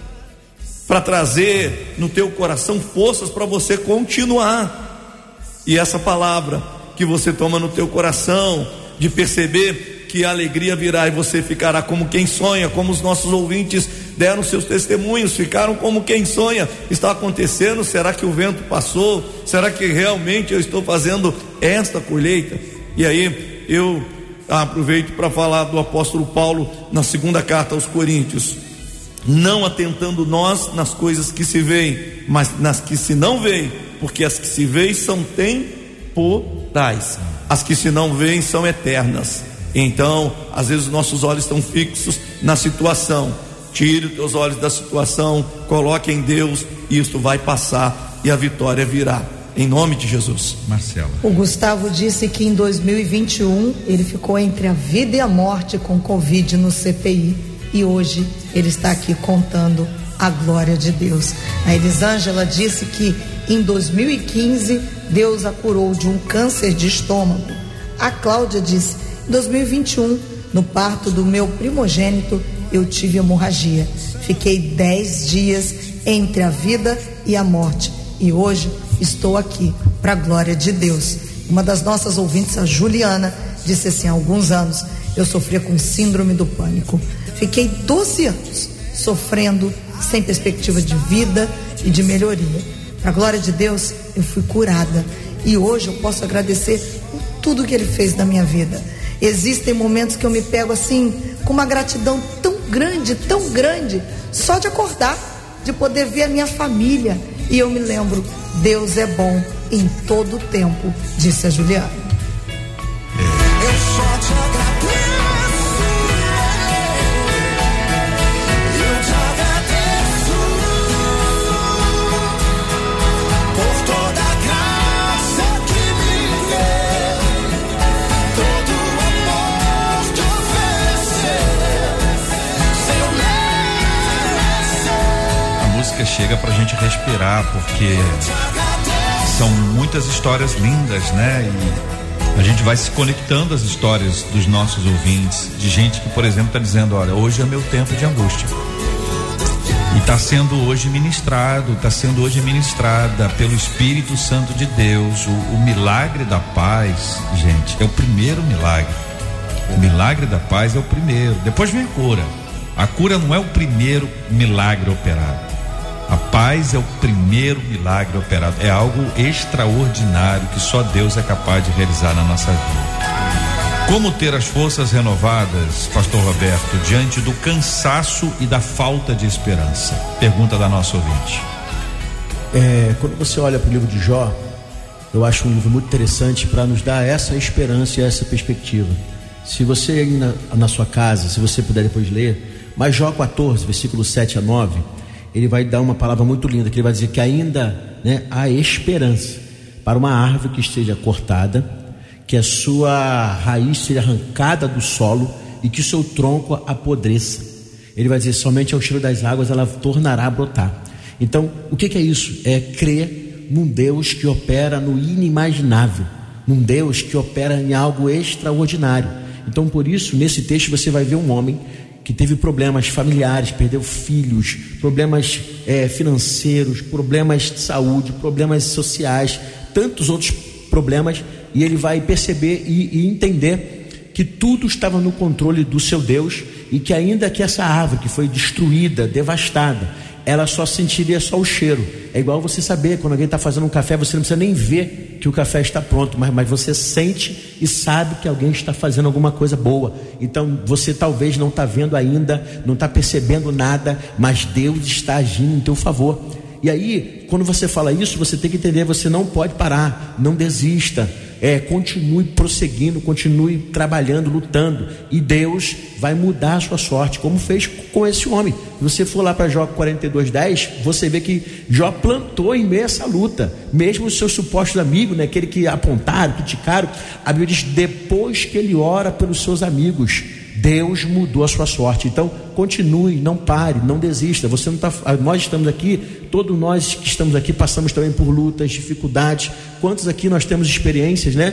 para trazer no teu coração forças para você continuar. E essa palavra que você toma no teu coração, de perceber que a alegria virá e você ficará como quem sonha, como os nossos ouvintes deram seus testemunhos, ficaram como quem sonha. Está acontecendo? Será que o vento passou? Será que realmente eu estou fazendo esta colheita? E aí eu aproveito para falar do apóstolo Paulo na segunda carta aos Coríntios: não atentando nós nas coisas que se veem, mas nas que se não veem, porque as que se veem são temporais, as que se não veem são eternas. Então, às vezes os nossos olhos estão fixos na situação. Tire os teus olhos da situação, coloque em Deus, e isto vai passar e a vitória virá, em nome de Jesus. Marcela. O Gustavo disse que em 2021 ele ficou entre a vida e a morte com Covid no CPI, e hoje ele está aqui contando a glória de Deus. A Elisângela disse que em 2015 Deus a curou de um câncer de estômago. A Cláudia disse: em 2021, no parto do meu primogênito, eu tive hemorragia. Fiquei 10 dias entre a vida e a morte. E hoje estou aqui, para a glória de Deus. Uma das nossas ouvintes, a Juliana, disse assim: há alguns anos eu sofria com síndrome do pânico. Fiquei 12 anos sofrendo, sem perspectiva de vida e de melhoria. Para a glória de Deus, eu fui curada. E hoje eu posso agradecer por tudo que Ele fez na minha vida. Existem momentos que eu me pego assim, com uma gratidão tão grande, só de acordar, de poder ver a minha família. E eu me lembro, Deus é bom em todo o tempo, disse a Juliana. Eu só te agradeço, eu te agradeço por toda a graça que me deu, todo o amor que ofereceu, sem merecer. A música chega pra gente respirar, porque são muitas histórias lindas, né? E a gente vai se conectando às histórias dos nossos ouvintes, de gente que, por exemplo, está dizendo: olha, hoje é meu tempo de angústia. E está sendo hoje ministrado, está sendo hoje ministrada pelo Espírito Santo de Deus. O milagre da paz, gente, é o primeiro milagre. O milagre da paz é o primeiro. Depois vem a cura. A cura não é o primeiro milagre operado. A paz é o primeiro milagre operado. É algo extraordinário que só Deus é capaz de realizar na nossa vida. Como ter as forças renovadas, Pastor Roberto, diante do cansaço e da falta de esperança? Pergunta da nossa ouvinte. Quando você olha para o livro de Jó, eu acho um livro muito interessante para nos dar essa esperança e essa perspectiva. Se você aí na sua casa, se você puder depois ler, mas Jó 14, versículo 7 a 9, ele vai dar uma palavra muito linda, que ele vai dizer que ainda, né, há esperança para uma árvore que esteja cortada, que a sua raiz seja arrancada do solo e que o seu tronco apodreça. Ele vai dizer: somente ao cheiro das águas ela tornará a brotar. Então, o que é isso? É crer num Deus que opera no inimaginável, num Deus que opera em algo extraordinário. Então, por isso, nesse texto você vai ver um homem que teve problemas familiares, perdeu filhos, problemas financeiros, problemas de saúde, problemas sociais, tantos outros problemas, e ele vai perceber e entender que tudo estava no controle do seu Deus, e que ainda que essa árvore que foi destruída, devastada, ela só sentiria só o cheiro. É igual você saber, quando alguém está fazendo um café, você não precisa nem ver que o café está pronto, mas você sente e sabe que alguém está fazendo alguma coisa boa. Então você talvez não está vendo ainda, não está percebendo nada, mas Deus está agindo em teu favor. E aí, quando você fala isso, você tem que entender: você não pode parar, não desista, continue prosseguindo, continue trabalhando, lutando, e Deus vai mudar a sua sorte, como fez com esse homem. Se você for lá para Jó 42:10, você vê que Jó plantou em meio a essa luta, mesmo os seus supostos amigos, né, aquele que apontaram, criticaram, a Bíblia diz: depois que ele ora pelos seus amigos, Deus mudou a sua sorte. Então continue, não pare, não desista. Você não está, nós estamos aqui, todos nós que estamos aqui passamos também por lutas, dificuldades. Quantos aqui nós temos experiências, né?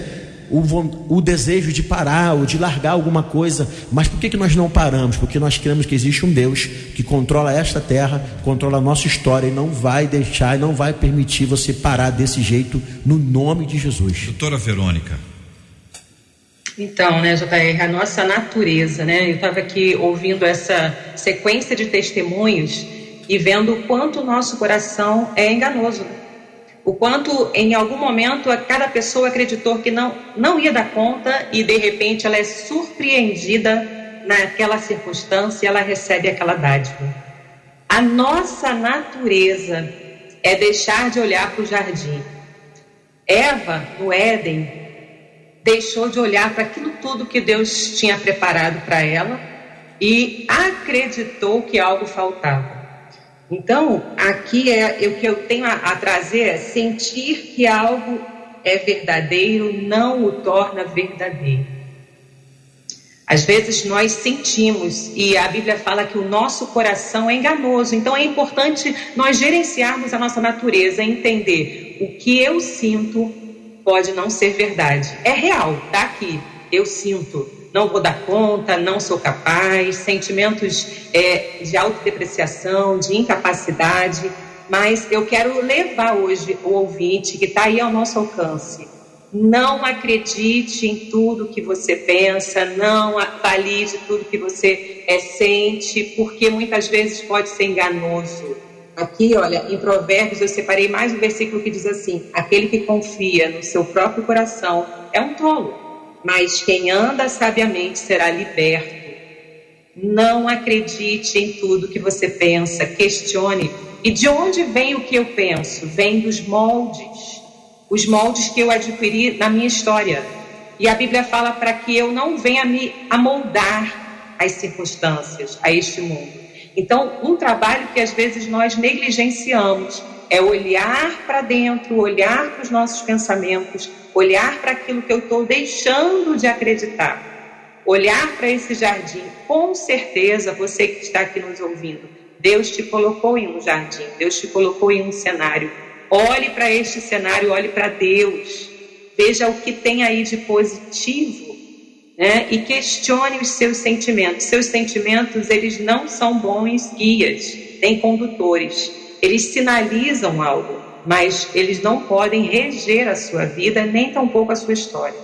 O desejo de parar ou de largar alguma coisa, mas por que nós não paramos? Porque nós cremos que existe um Deus que controla esta terra, controla a nossa história, e não vai deixar, e não vai permitir você parar desse jeito, no nome de Jesus. Doutora Verônica. Então, né, JR, a nossa natureza, né? Eu estava aqui ouvindo essa sequência de testemunhos e vendo o quanto o nosso coração é enganoso, né? O quanto em algum momento cada pessoa acreditou que não ia dar conta, e de repente ela é surpreendida naquela circunstância e ela recebe aquela dádiva. A nossa natureza é deixar de olhar para o jardim. Eva, no Éden, deixou de olhar para aquilo tudo que Deus tinha preparado para ela e acreditou que algo faltava. Então, aqui o que eu tenho a trazer é sentir que algo é verdadeiro, não o torna verdadeiro. Às vezes nós sentimos, e a Bíblia fala que o nosso coração é enganoso, então é importante nós gerenciarmos a nossa natureza, entender o que eu sinto pode não ser verdade. É real, tá aqui, eu sinto, não vou dar conta, não sou capaz, sentimentos de autodepreciação, de incapacidade, mas eu quero levar hoje o ouvinte que está aí ao nosso alcance. Não acredite em tudo que você pensa, não valide tudo que você sente, porque muitas vezes pode ser enganoso. Aqui, olha, em Provérbios eu separei mais um versículo que diz assim: aquele que confia no seu próprio coração é um tolo, mas quem anda sabiamente será liberto. Não acredite em tudo que você pensa, questione. E de onde vem o que eu penso? Vem dos moldes. Os moldes que eu adquiri na minha história. E a Bíblia fala para que eu não venha me amoldar às circunstâncias, a este mundo. Então, um trabalho que às vezes nós negligenciamos é olhar para dentro, olhar para os nossos pensamentos, olhar para aquilo que eu estou deixando de acreditar, olhar para esse jardim. Com certeza, você que está aqui nos ouvindo, Deus te colocou em um jardim, Deus te colocou em um cenário. Olhe para este cenário, olhe para Deus, veja o que tem aí de positivo, né? E questione os seus sentimentos. Seus sentimentos, eles não são bons guias, nem condutores. Eles sinalizam algo, mas eles não podem reger a sua vida, nem tampouco a sua história.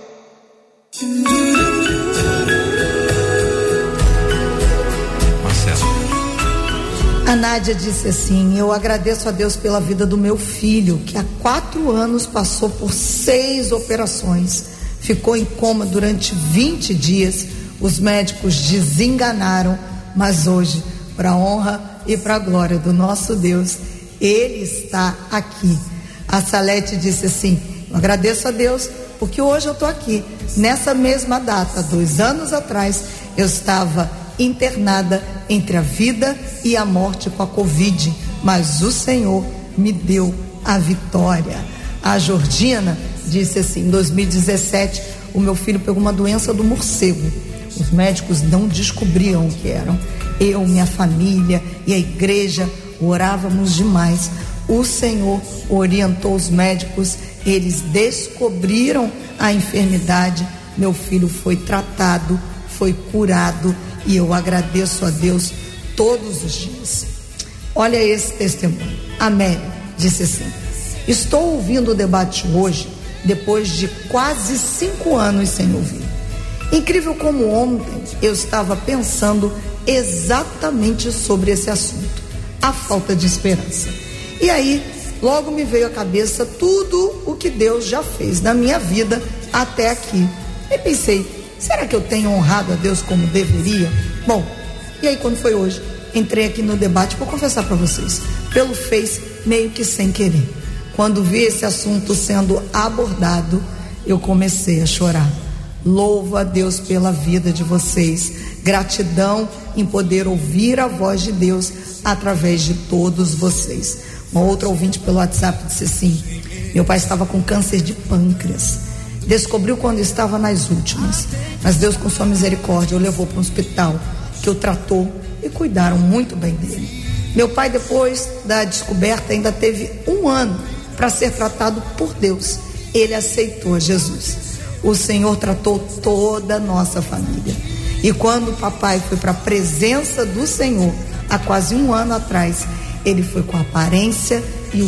A Nádia disse assim: eu agradeço a Deus pela vida do meu filho, que há 4 anos passou por 6 operações, ficou em coma durante 20 dias, os médicos desenganaram, mas hoje, para a honra e para a glória do nosso Deus, ele está aqui. A Salete disse assim: eu agradeço a Deus porque hoje eu estou aqui. Nessa mesma data, 2 anos atrás, eu estava internada entre a vida e a morte com a Covid, mas o Senhor me deu a vitória. A Jordina disse assim: em 2017 o meu filho pegou uma doença do morcego, os médicos não descobriam o que eram. Eu, minha família e a igreja orávamos demais. O Senhor orientou os médicos, eles descobriram a enfermidade, meu filho foi tratado, foi curado, e eu agradeço a Deus todos os dias. Olha esse testemunho. A Mary disse assim: estou ouvindo o debate hoje depois de quase 5 anos sem ouvir. Incrível como ontem eu estava pensando exatamente sobre esse assunto, a falta de esperança. E aí logo me veio à cabeça tudo o que Deus já fez na minha vida até aqui. E pensei: será que eu tenho honrado a Deus como deveria? Bom, e aí quando foi hoje, entrei aqui no debate, vou confessar para vocês, pelo Face, meio que sem querer. Quando vi esse assunto sendo abordado, eu comecei a chorar. Louvo a Deus pela vida de vocês. Gratidão em poder ouvir a voz de Deus através de todos vocês. Uma outra ouvinte pelo WhatsApp disse assim: meu pai estava com câncer de pâncreas. Descobriu quando estava nas últimas, mas Deus, com sua misericórdia, o levou para um hospital que o tratou e cuidaram muito bem dele. Meu pai, depois da descoberta, ainda teve 1 ano para ser tratado por Deus. Ele aceitou Jesus. O Senhor tratou toda a nossa família. E quando o papai foi para a presença do Senhor, há quase 1 ano atrás, ele foi com a aparência e o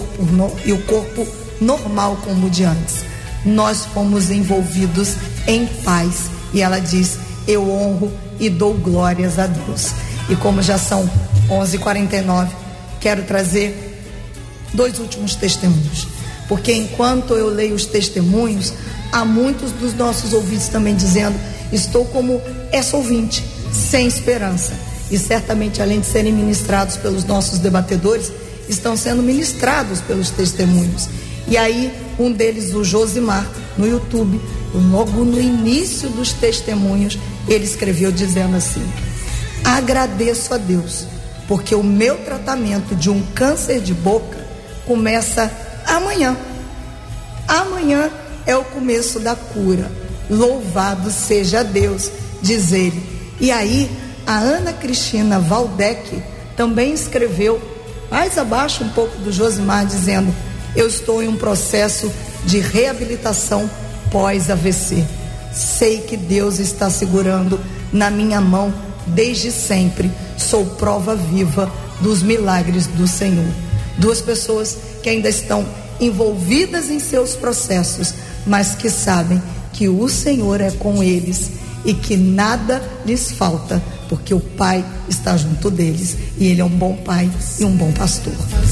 corpo normal como de antes. Nós fomos envolvidos em paz. E ela diz: eu honro e dou glórias a Deus. E como já são 11h49, quero trazer 2 últimos testemunhos, porque enquanto eu leio os testemunhos, há muitos dos nossos ouvintes também dizendo: estou como essa ouvinte, sem esperança. E certamente, além de serem ministrados pelos nossos debatedores, estão sendo ministrados pelos testemunhos. E aí, um deles, o Josimar, no YouTube, logo no início dos testemunhos, ele escreveu dizendo assim: agradeço a Deus, porque o meu tratamento de um câncer de boca começa amanhã. Amanhã é o começo da cura. Louvado seja Deus. diz ele. E aí, a Ana Cristina Valdec também escreveu, mais abaixo um pouco do Josimar, dizendo: eu estou em um processo de reabilitação pós-AVC. Sei que Deus está segurando na minha mão desde sempre. Sou prova viva dos milagres do Senhor. Duas pessoas que ainda estão envolvidas em seus processos, mas que sabem que o Senhor é com eles e que nada lhes falta, porque o Pai está junto deles e Ele é um bom Pai e um bom pastor.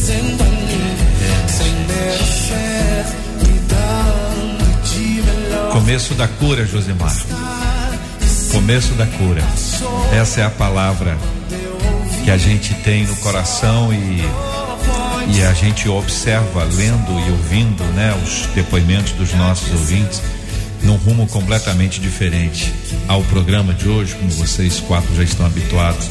Começo da cura, Josimar. Começo da cura. Essa é a palavra que a gente tem no coração e a gente observa, lendo e ouvindo, né, os depoimentos dos nossos ouvintes, num rumo completamente diferente ao programa de hoje, como vocês quatro já estão habituados,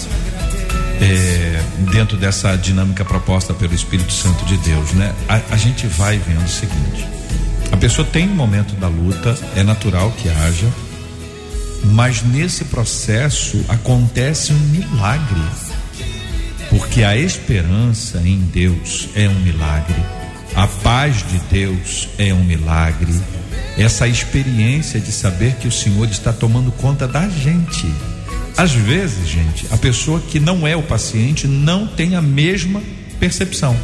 dentro dessa dinâmica proposta pelo Espírito Santo de Deus, né? A gente vai vendo o seguinte: a pessoa tem um momento da luta, é natural que haja, mas nesse processo acontece um milagre, porque a esperança em Deus é um milagre, a paz de Deus é um milagre, essa experiência de saber que o Senhor está tomando conta da gente. Às vezes, gente, a pessoa que não é o paciente não tem a mesma percepção.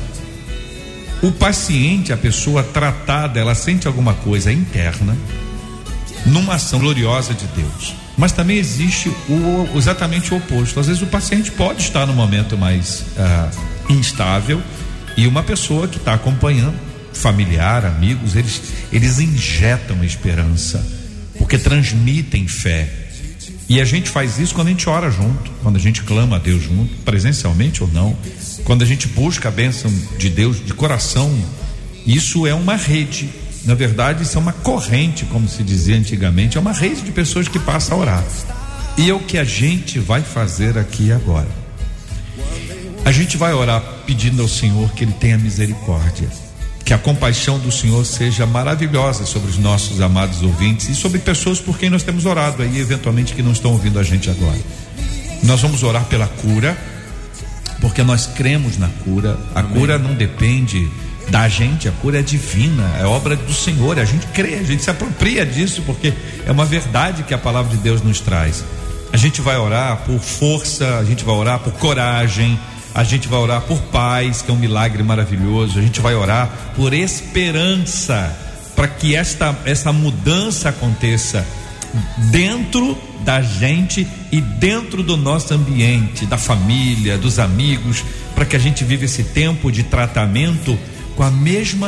O paciente, a pessoa tratada, ela sente alguma coisa interna numa ação gloriosa de Deus. Mas também existe exatamente o oposto. Às vezes o paciente pode estar no momento mais instável, e uma pessoa que está acompanhando, familiar, amigos, eles injetam esperança, porque transmitem fé. E a gente faz isso quando a gente ora junto, quando a gente clama a Deus junto, presencialmente ou não, quando a gente busca a bênção de Deus de coração. Isso é uma rede, na verdade isso é uma corrente, como se dizia antigamente, é uma rede de pessoas que passam a orar. E é o que a gente vai fazer aqui agora. A gente vai orar pedindo ao Senhor que Ele tenha misericórdia, que a compaixão do Senhor seja maravilhosa sobre os nossos amados ouvintes e sobre pessoas por quem nós temos orado aí, eventualmente, que não estão ouvindo a gente agora. Nós vamos orar pela cura, porque nós cremos na cura. A cura não depende da gente, a cura é divina, é obra do Senhor, a gente crê, a gente se apropria disso, porque é uma verdade que a palavra de Deus nos traz. A gente vai orar por força, a gente vai orar por coragem, a gente vai orar por paz, que é um milagre maravilhoso, a gente vai orar por esperança, para que essa mudança aconteça dentro da gente e dentro do nosso ambiente, da família, dos amigos, para que a gente viva esse tempo de tratamento com a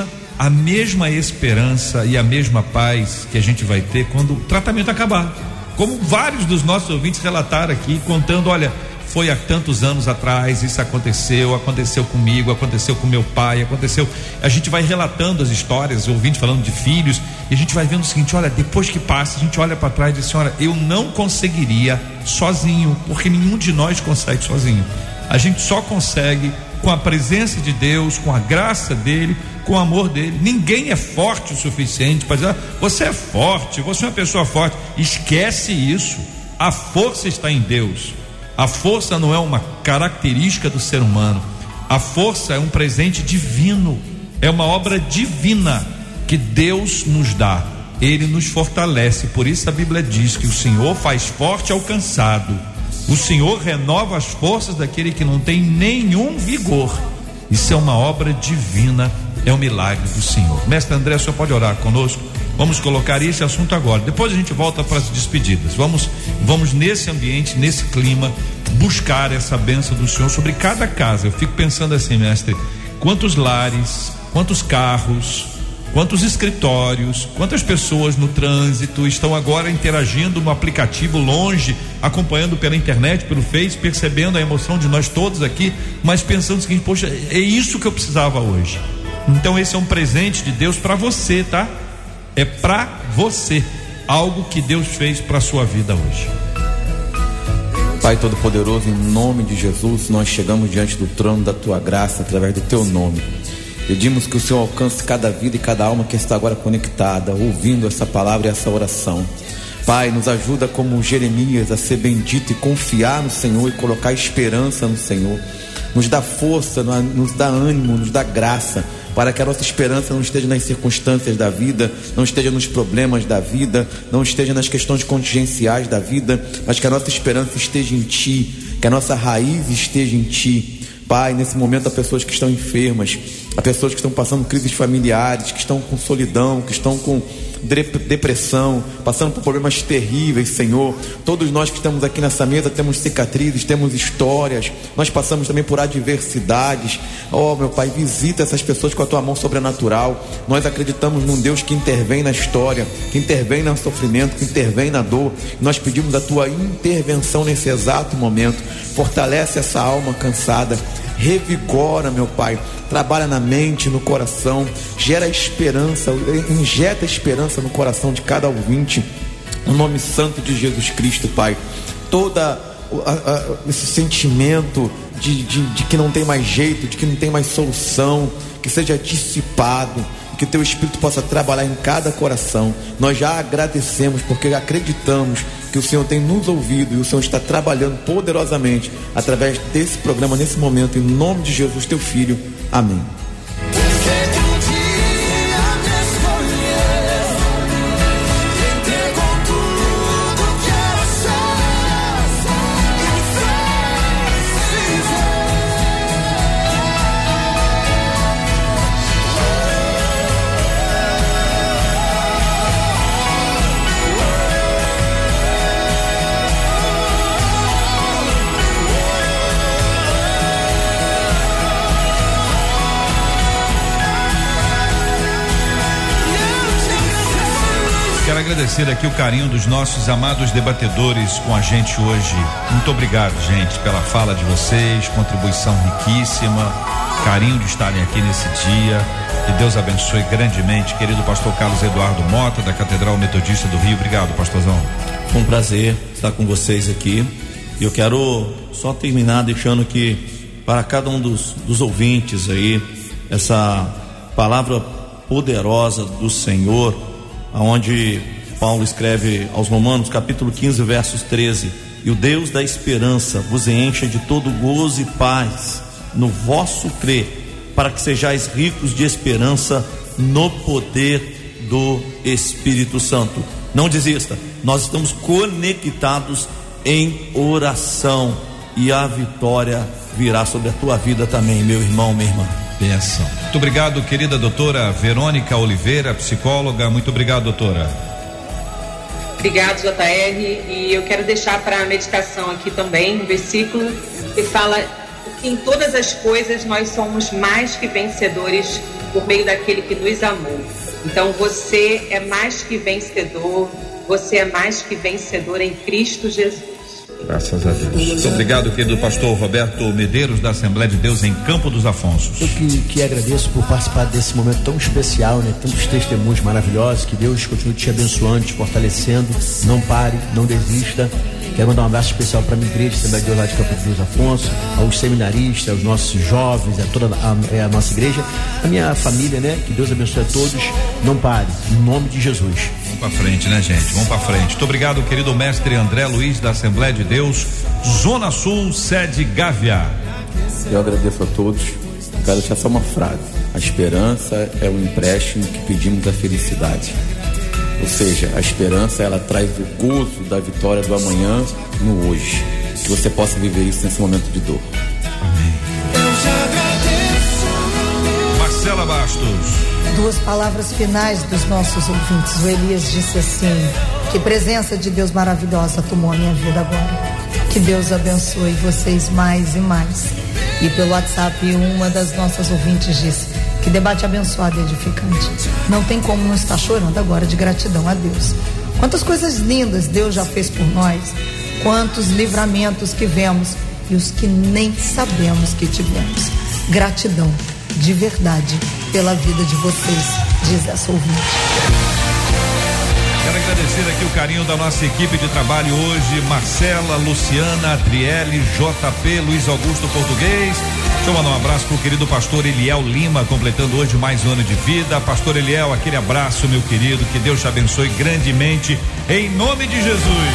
mesma esperança e a mesma paz que a gente vai ter quando o tratamento acabar. Como vários dos nossos ouvintes relataram aqui, contando: olha, foi há tantos anos atrás, isso aconteceu comigo, aconteceu com meu pai, aconteceu. A gente vai relatando as histórias, ouvintes falando de filhos, e a gente vai vendo o seguinte: olha, depois que passa, a gente olha para trás e diz: olha, eu não conseguiria sozinho, porque nenhum de nós consegue sozinho. A gente só consegue com a presença de Deus, com a graça dele, com o amor dele. Ninguém é forte o suficiente para dizer: você é forte, você é uma pessoa forte. Esquece isso. A força está em Deus. A força não é uma característica do ser humano. A força é um presente divino, é uma obra divina que Deus nos dá. Ele nos fortalece. Por isso a Bíblia diz que o Senhor faz forte ao cansado. O Senhor renova as forças daquele que não tem nenhum vigor. Isso é uma obra divina, é um milagre do Senhor. Mestre André, o senhor pode orar conosco? Vamos colocar esse assunto agora. Depois a gente volta para as despedidas. Vamos nesse ambiente, nesse clima, buscar essa bênção do Senhor sobre cada casa. Eu fico pensando assim, mestre: quantos lares, quantos carros, quantos escritórios, quantas pessoas no trânsito estão agora interagindo no aplicativo, longe, acompanhando pela internet, pelo Face, percebendo a emoção de nós todos aqui, mas pensando o seguinte: poxa, é isso que eu precisava hoje. Então esse é um presente de Deus para você, tá? É para você, algo que Deus fez para a sua vida hoje. Pai Todo-Poderoso, em nome de Jesus, nós chegamos diante do trono da Tua graça, através do Teu nome. Pedimos que o Senhor alcance cada vida e cada alma que está agora conectada, ouvindo essa palavra e essa oração. Pai, nos ajuda como Jeremias a ser bendito e confiar no Senhor e colocar esperança no Senhor. Nos dá força, nos dá ânimo, nos dá graça, para que a nossa esperança não esteja nas circunstâncias da vida, não esteja nos problemas da vida, não esteja nas questões contingenciais da vida, mas que a nossa esperança esteja em Ti, que a nossa raiz esteja em Ti. Pai, nesse momento há pessoas que estão enfermas, há pessoas que estão passando crises familiares, que estão com solidão, que estão com depressão, passando por problemas terríveis, Senhor. Todos nós que estamos aqui nessa mesa temos cicatrizes, temos histórias, nós passamos também por adversidades. Oh, meu Pai, visita essas pessoas com a Tua mão sobrenatural. Nós acreditamos num Deus que intervém na história, que intervém no sofrimento, que intervém na dor. Nós pedimos a Tua intervenção nesse exato momento. Fortalece essa alma cansada, revigora, meu Pai, trabalha na mente, no coração, gera esperança, injeta esperança no coração de cada ouvinte, no nome santo de Jesus Cristo, Pai. Toda esse sentimento de que não tem mais jeito, de que não tem mais solução, que seja dissipado, que Teu Espírito possa trabalhar em cada coração. Nós já agradecemos porque acreditamos que o Senhor tem nos ouvido e o Senhor está trabalhando poderosamente através desse programa nesse momento, em nome de Jesus, Teu Filho. Amém. Quero agradecer aqui o carinho dos nossos amados debatedores com a gente hoje. Muito obrigado, gente, pela fala de vocês, contribuição riquíssima, carinho de estarem aqui nesse dia. Que Deus abençoe grandemente, querido pastor Carlos Eduardo Mota, da Catedral Metodista do Rio. Obrigado, pastorzão. Foi um prazer estar com vocês aqui. E eu quero só terminar deixando aqui para cada um dos ouvintes aí essa palavra poderosa do Senhor, aonde Paulo escreve aos Romanos, capítulo 15, versos 13: e o Deus da esperança vos encha de todo gozo e paz no vosso crer, para que sejais ricos de esperança no poder do Espírito Santo. Não desista, nós estamos conectados em oração e a vitória virá sobre a tua vida também, meu irmão, minha irmã. Benção. Muito obrigado, querida doutora Verônica Oliveira, psicóloga. Muito obrigado, doutora. Obrigado, JR. E eu quero deixar para a meditação aqui também um versículo que fala que em todas as coisas nós somos mais que vencedores por meio daquele que nos amou. Então você é mais que vencedor, você é mais que vencedor em Cristo Jesus. Graças a Deus. Muito obrigado, querido pastor Roberto Medeiros, da Assembleia de Deus em Campo dos Afonsos. Eu que agradeço por participar desse momento tão especial, né? Tantos testemunhos maravilhosos. Que Deus continue te abençoando, te fortalecendo. Não pare, não desista. Quero mandar um abraço especial para a minha igreja, Assembleia de Deus lá de Campo dos Afonsos, aos seminaristas, aos nossos jovens, a toda a nossa igreja, a minha família, né? Que Deus abençoe a todos. Não pare, em nome de Jesus. Vamos para frente, né, gente? Vamos para frente. Muito obrigado, querido mestre André Luiz, da Assembleia de Deus, Zona Sul, sede Gávea. Eu agradeço a todos. Quero deixar só uma frase: a esperança é o empréstimo que pedimos da felicidade. Ou seja, a esperança, ela traz o gozo da vitória do amanhã no hoje. Que você possa viver isso nesse momento de dor. Amém. Marcela Bastos. Duas palavras finais dos nossos ouvintes. O Elias disse assim: que presença de Deus maravilhosa tomou a minha vida agora. Que Deus abençoe vocês mais e mais. E pelo WhatsApp, uma das nossas ouvintes disse: que debate abençoado e edificante. Não tem como não estar chorando agora de gratidão a Deus. Quantas coisas lindas Deus já fez por nós, quantos livramentos que vemos e os que nem sabemos que tivemos. Gratidão de verdade pela vida de vocês, diz essa ouvinte. Quero agradecer aqui o carinho da nossa equipe de trabalho hoje: Marcela, Luciana, Adriele, JP, Luiz Augusto Português, Deixa eu mandar um abraço pro querido pastor Eliel Lima, completando hoje mais um ano de vida. Pastor Eliel, aquele abraço, meu querido, que Deus te abençoe grandemente, em nome de Jesus.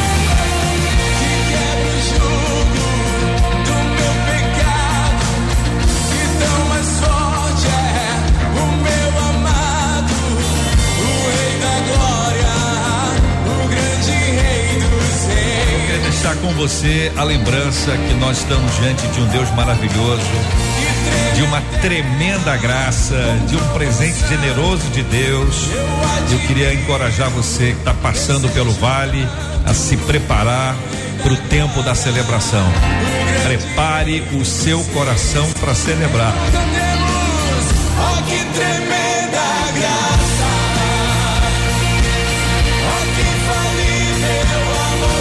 Com você a lembrança que nós estamos diante de um Deus maravilhoso, de uma tremenda graça, de um presente generoso de Deus. Eu queria encorajar você que está passando pelo vale a se preparar para o tempo da celebração. Prepare o seu coração para celebrar. Oh, que tremenda graça! Oh, que infalível amor!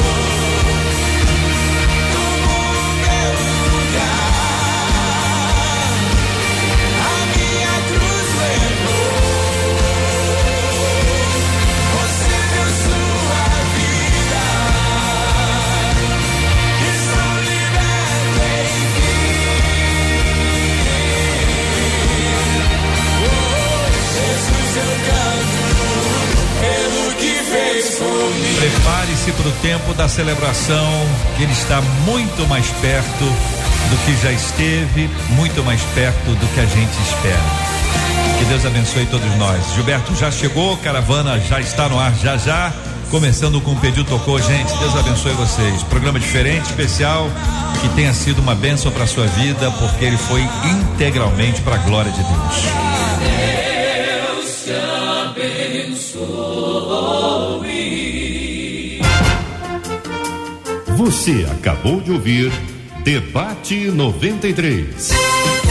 Prepare-se para o tempo da celebração, que ele está muito mais perto do que já esteve, muito mais perto do que a gente espera. Que Deus abençoe todos nós. Gilberto já chegou, caravana já está no ar já. Começando com o Pediu Tocou, gente. Deus abençoe vocês. Programa diferente, especial, que tenha sido uma bênção para a sua vida, porque ele foi integralmente para a glória de Deus. Deus te abençoe. Você acabou de ouvir Debate 93.